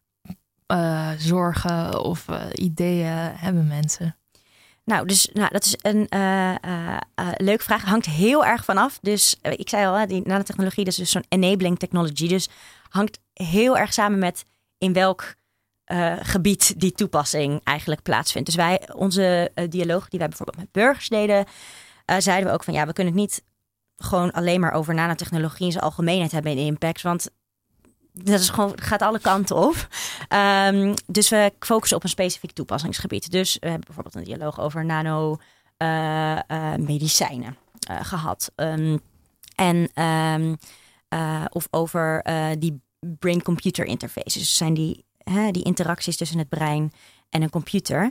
zorgen of ideeën hebben mensen? Nou, dat is een leuke vraag. Hangt heel erg vanaf. Dus ik zei al, die nanotechnologie, dat is dus zo'n enabling technology. Dus hangt heel erg samen met in welk gebied die toepassing eigenlijk plaatsvindt. Dus onze dialoog die wij bijvoorbeeld met burgers deden, zeiden we ook van we kunnen het niet gewoon alleen maar over nanotechnologie in zijn algemeenheid hebben in impact. Want dat is gewoon, gaat alle kanten op. Dus we focussen op een specifiek toepassingsgebied. Dus we hebben bijvoorbeeld een dialoog over nanomedicijnen gehad. Of over die brain-computer interfaces. Dus zijn die interacties tussen het brein en een computer.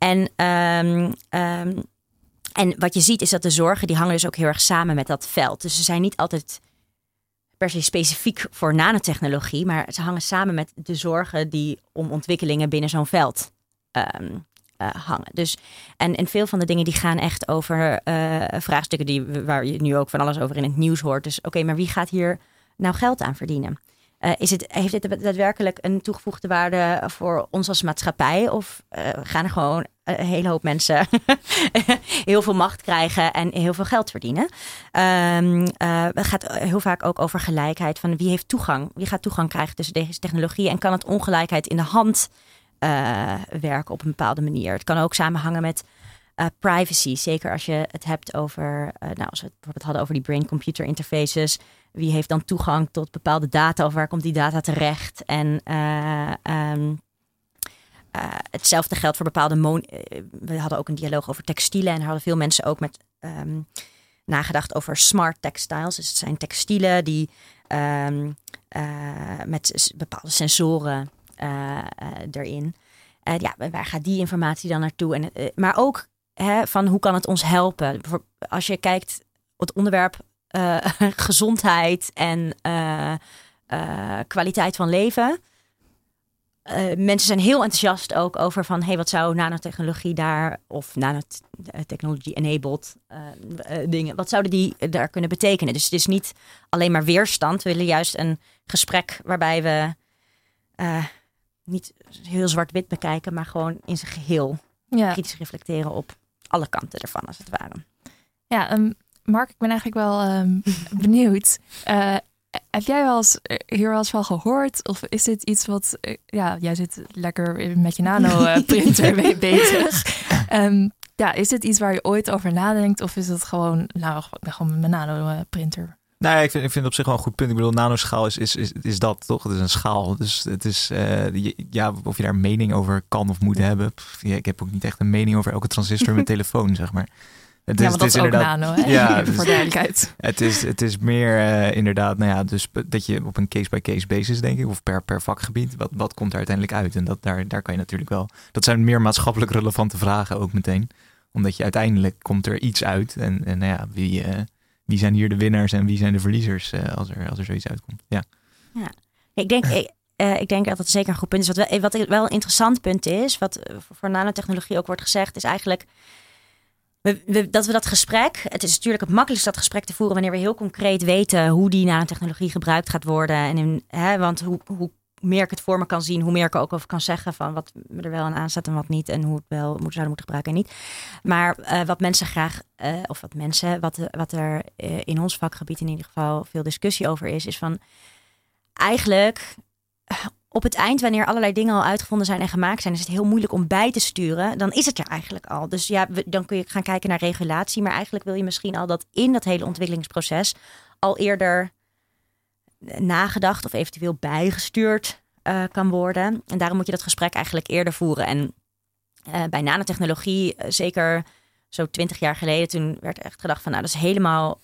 En wat je ziet is dat de zorgen, die hangen dus ook heel erg samen met dat veld. Dus ze zijn niet altijd per se specifiek voor nanotechnologie, maar ze hangen samen met de zorgen die om ontwikkelingen binnen zo'n veld hangen. Dus, en veel van de dingen die gaan echt over vraagstukken waar je nu ook van alles over in het nieuws hoort. Dus oké, maar wie gaat hier nou geld aan verdienen? Heeft dit daadwerkelijk een toegevoegde waarde voor ons als maatschappij? Of gaan er gewoon een hele hoop mensen heel veel macht krijgen en heel veel geld verdienen? Het gaat heel vaak ook over gelijkheid. Van wie heeft toegang? Wie gaat toegang krijgen tussen deze technologieën? En kan het ongelijkheid in de hand werken op een bepaalde manier? Het kan ook samenhangen met privacy. Zeker als je het hebt over, als we het bijvoorbeeld hadden over die brain-computer interfaces. Wie heeft dan toegang tot bepaalde data of waar komt die data terecht? En hetzelfde geldt voor bepaalde... we hadden ook een dialoog over textielen en hadden veel mensen ook met nagedacht over smart textiles. Dus het zijn textielen die met bepaalde sensoren erin. Waar gaat die informatie dan naartoe? Maar ook van hoe kan het ons helpen? Als je kijkt op het onderwerp gezondheid en kwaliteit van leven. mensen zijn heel enthousiast ook over van... wat zou nanotechnologie daar... of nanotechnology enabled dingen... wat zouden die daar kunnen betekenen? Dus het is niet alleen maar weerstand. We willen juist een gesprek waarbij we... niet heel zwart-wit bekijken... maar gewoon in zijn geheel kritisch reflecteren op alle kanten ervan, als het ware. Ja, Mark, ik ben eigenlijk wel benieuwd. Heb jij hier wel eens van gehoord? Of is dit iets wat... jij zit lekker met je nanoprinter mee bezig. Is dit iets waar je ooit over nadenkt? Of is het gewoon mijn nanoprinter? Nou, ik vind het op zich wel een goed punt. Ik bedoel, nanoschaal is dat, toch? Het is een schaal. Dus het is, of je daar een mening over kan of moet hebben. Ik heb ook niet echt een mening over elke transistor in mijn telefoon, zeg maar. Want dat is ook nano, hè? Ja, voor duidelijkheid. Het is meer inderdaad, dus dat je op een case-by-case basis, denk ik, of per vakgebied, wat komt er uiteindelijk uit? En daar kan je natuurlijk wel... Dat zijn meer maatschappelijk relevante vragen ook meteen. Omdat je uiteindelijk komt er iets uit. En wie zijn hier de winnaars en wie zijn de verliezers als er zoiets uitkomt? Ja. Ik denk dat het zeker een goed punt is. Wat wel een interessant punt is, wat voor nanotechnologie ook wordt gezegd, is eigenlijk dat we dat gesprek... Het is natuurlijk het makkelijkst dat gesprek te voeren wanneer we heel concreet weten hoe die nanotechnologie gebruikt gaat worden. Want hoe meer ik het voor me kan zien, hoe meer ik er ook over kan zeggen van wat er wel aan staat en wat niet. En hoe het wel zouden moeten gebruiken en niet. Maar wat mensen graag, wat er in ons vakgebied in ieder geval veel discussie over is van eigenlijk op het eind, wanneer allerlei dingen al uitgevonden zijn en gemaakt zijn, is het heel moeilijk om bij te sturen. Dan is het er eigenlijk al. Dus dan kun je gaan kijken naar regulatie. Maar eigenlijk wil je misschien al dat in dat hele ontwikkelingsproces al eerder nagedacht of eventueel bijgestuurd kan worden. En daarom moet je dat gesprek eigenlijk eerder voeren. En bij nanotechnologie, zeker zo 20 jaar geleden, toen werd echt gedacht van, dat is helemaal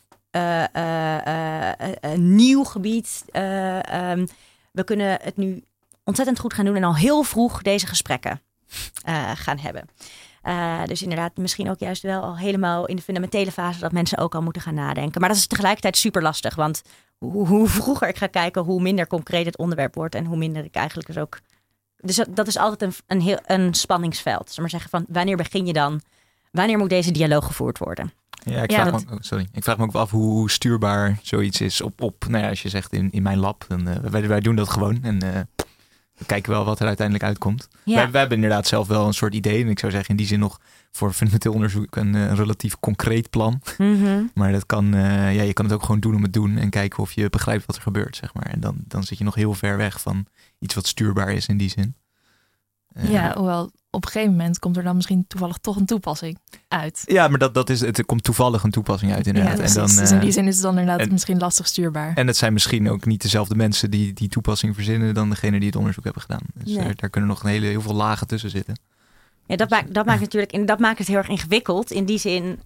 een nieuw gebied. We kunnen het nu ontzettend goed gaan doen en al heel vroeg deze gesprekken gaan hebben. Dus inderdaad, misschien ook juist wel al helemaal in de fundamentele fase dat mensen ook al moeten gaan nadenken. Maar dat is tegelijkertijd super lastig, want hoe vroeger ik ga kijken, hoe minder concreet het onderwerp wordt en hoe minder ik eigenlijk dus ook... Dus dat is altijd een spanningsveld. Zullen maar zeggen van, wanneer begin je dan? Wanneer moet deze dialoog gevoerd worden? Ja, ik vraag me ook af hoe stuurbaar zoiets is als je zegt in mijn lab. Dan, wij doen dat gewoon en we kijken wel wat er uiteindelijk uitkomt. Ja. Wij hebben inderdaad zelf wel een soort idee. En ik zou zeggen in die zin nog voor fundamenteel onderzoek een relatief concreet plan. Mm-hmm. Maar dat kan, je kan het ook gewoon doen om het doen en kijken of je begrijpt wat er gebeurt, zeg maar. En dan zit je nog heel ver weg van iets wat stuurbaar is in die zin. Hoewel op een gegeven moment komt er dan misschien toevallig toch een toepassing uit. Ja, maar er komt toevallig een toepassing uit inderdaad. Ja, en dan, dus in die zin is het dan inderdaad misschien lastig stuurbaar. En het zijn misschien ook niet dezelfde mensen die toepassing verzinnen dan degene die het onderzoek hebben gedaan. Dus daar kunnen nog heel veel lagen tussen zitten. Ja, dat maakt natuurlijk, dat maakt het heel erg ingewikkeld. In die zin,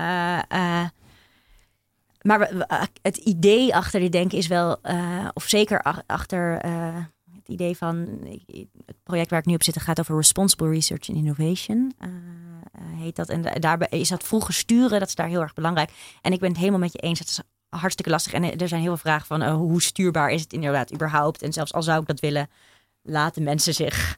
maar het idee achter dit denken is wel, of zeker achter het idee van het project waar ik nu op zit, gaat over Responsible Research and Innovation. Heet dat. En daarbij is dat vroeger sturen, dat is daar heel erg belangrijk. En ik ben het helemaal met je eens, het is hartstikke lastig. En er zijn heel veel vragen van hoe stuurbaar is het inderdaad überhaupt? En zelfs al zou ik dat willen, laten mensen zich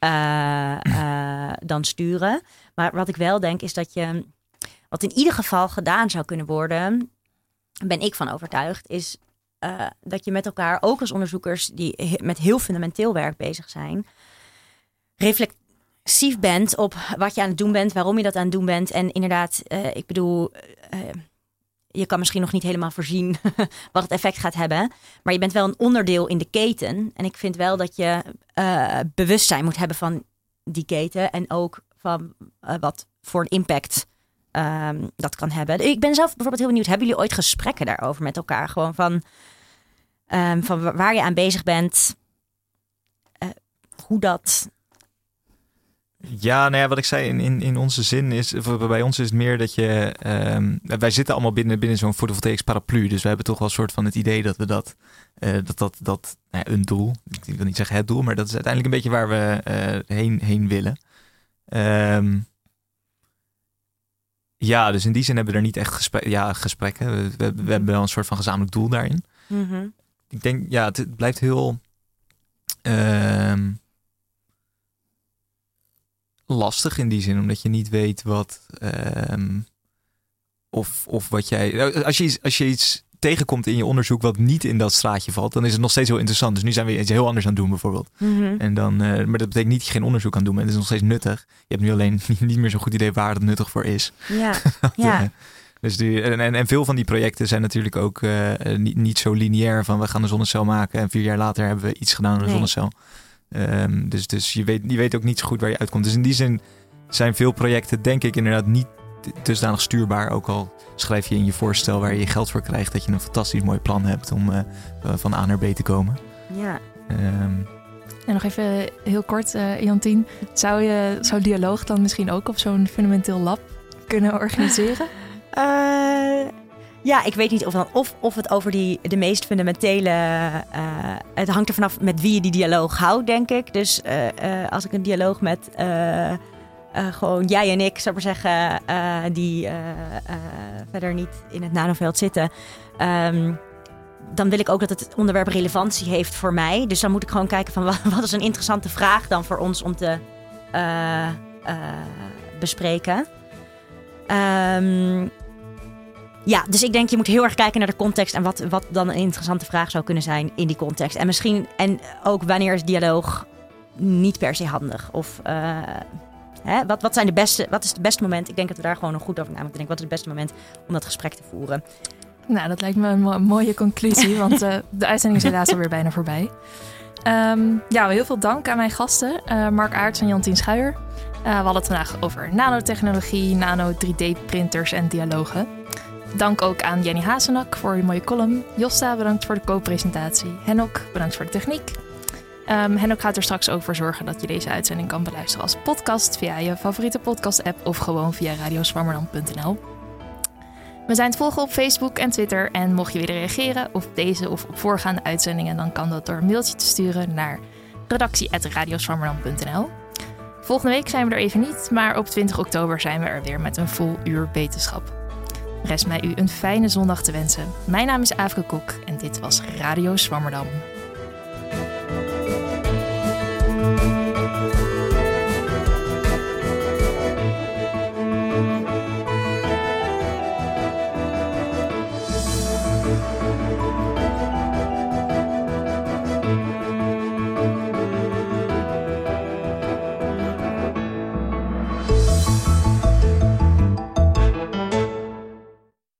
dan sturen. Maar wat ik wel denk is dat wat in ieder geval gedaan zou kunnen worden, ben ik van overtuigd, is dat je met elkaar, ook als onderzoekers die met heel fundamenteel werk bezig zijn, reflectief bent op wat je aan het doen bent, waarom je dat aan het doen bent. En inderdaad, ik bedoel, je kan misschien nog niet helemaal voorzien wat het effect gaat hebben, maar je bent wel een onderdeel in de keten. En ik vind wel dat je bewustzijn moet hebben van die keten en ook van wat voor een impact dat kan hebben. Ik ben zelf bijvoorbeeld heel benieuwd, hebben jullie ooit gesprekken daarover met elkaar? Gewoon van waar je aan bezig bent, hoe dat... Ja, wat ik zei in onze zin is, bij ons is het meer dat je, wij zitten allemaal binnen zo'n fotovoltaïsch paraplu, dus we hebben toch wel een soort van het idee dat we dat een doel, ik wil niet zeggen het doel, maar dat is uiteindelijk een beetje waar we heen willen. Dus in die zin hebben we er niet echt gesprekken. We hebben wel een soort van gezamenlijk doel daarin. Mm-hmm. Ik denk, het blijft heel... lastig in die zin, omdat je niet weet wat... Of wat jij... Als je iets tegenkomt in je onderzoek wat niet in dat straatje valt, dan is het nog steeds heel interessant. Dus nu zijn we iets heel anders aan het doen bijvoorbeeld. Mm-hmm. En dan, maar dat betekent niet dat je geen onderzoek aan het doen bent. Het is nog steeds nuttig. Je hebt nu alleen niet meer zo'n goed idee waar het nuttig voor is. Ja, ja. Dus en veel van die projecten zijn natuurlijk ook niet zo lineair van we gaan een zonnecel maken en 4 jaar later hebben we iets gedaan aan een zonnecel. Dus je weet ook niet zo goed waar je uitkomt. Dus in die zin zijn veel projecten denk ik inderdaad niet dusdanig stuurbaar. Ook al schrijf je in je voorstel waar je geld voor krijgt dat je een fantastisch mooi plan hebt om van A naar B te komen. Ja. En nog even heel kort, Jantien. Zou Dialoog dan misschien ook op zo'n fundamenteel lab kunnen organiseren? Ja, ik weet niet of het over de meest fundamentele... het hangt er vanaf met wie je die dialoog houdt, denk ik. Dus als ik een dialoog met gewoon jij en ik, zou ik maar zeggen... die verder niet in het nanoveld zitten... dan wil ik ook dat het onderwerp relevantie heeft voor mij. Dus dan moet ik gewoon kijken van wat is een interessante vraag dan voor ons om te bespreken. Ja, dus ik denk je moet heel erg kijken naar de context en wat dan een interessante vraag zou kunnen zijn in die context. En misschien, en ook wanneer is dialoog niet per se handig? Of wat is het beste moment? Ik denk dat we daar gewoon nog goed over na moeten denken. Wat is het beste moment om dat gesprek te voeren? Nou, dat lijkt me een mooie conclusie, want de uitzending is helaas alweer bijna voorbij. Heel veel dank aan mijn gasten, Mark Aerts en Jantien Schuijer. We hadden het vandaag over nanotechnologie, nano-3D-printers en dialogen. Dank ook aan Jenny Hazenak voor je mooie column. Josta, bedankt voor de co-presentatie. Henok, bedankt voor de techniek. Henok gaat er straks ook voor zorgen dat je deze uitzending kan beluisteren als podcast via je favoriete podcast-app of gewoon via radioswammerdam.nl. We zijn te volgen op Facebook en Twitter en mocht je willen reageren op deze of op voorgaande uitzendingen, dan kan dat door een mailtje te sturen naar redactie@radioswammerdam.nl. Volgende week zijn we er even niet, maar op 20 oktober zijn we er weer met een vol uur wetenschap. Rest mij u een fijne zondag te wensen. Mijn naam is Aafke Kok en dit was Radio Swammerdam.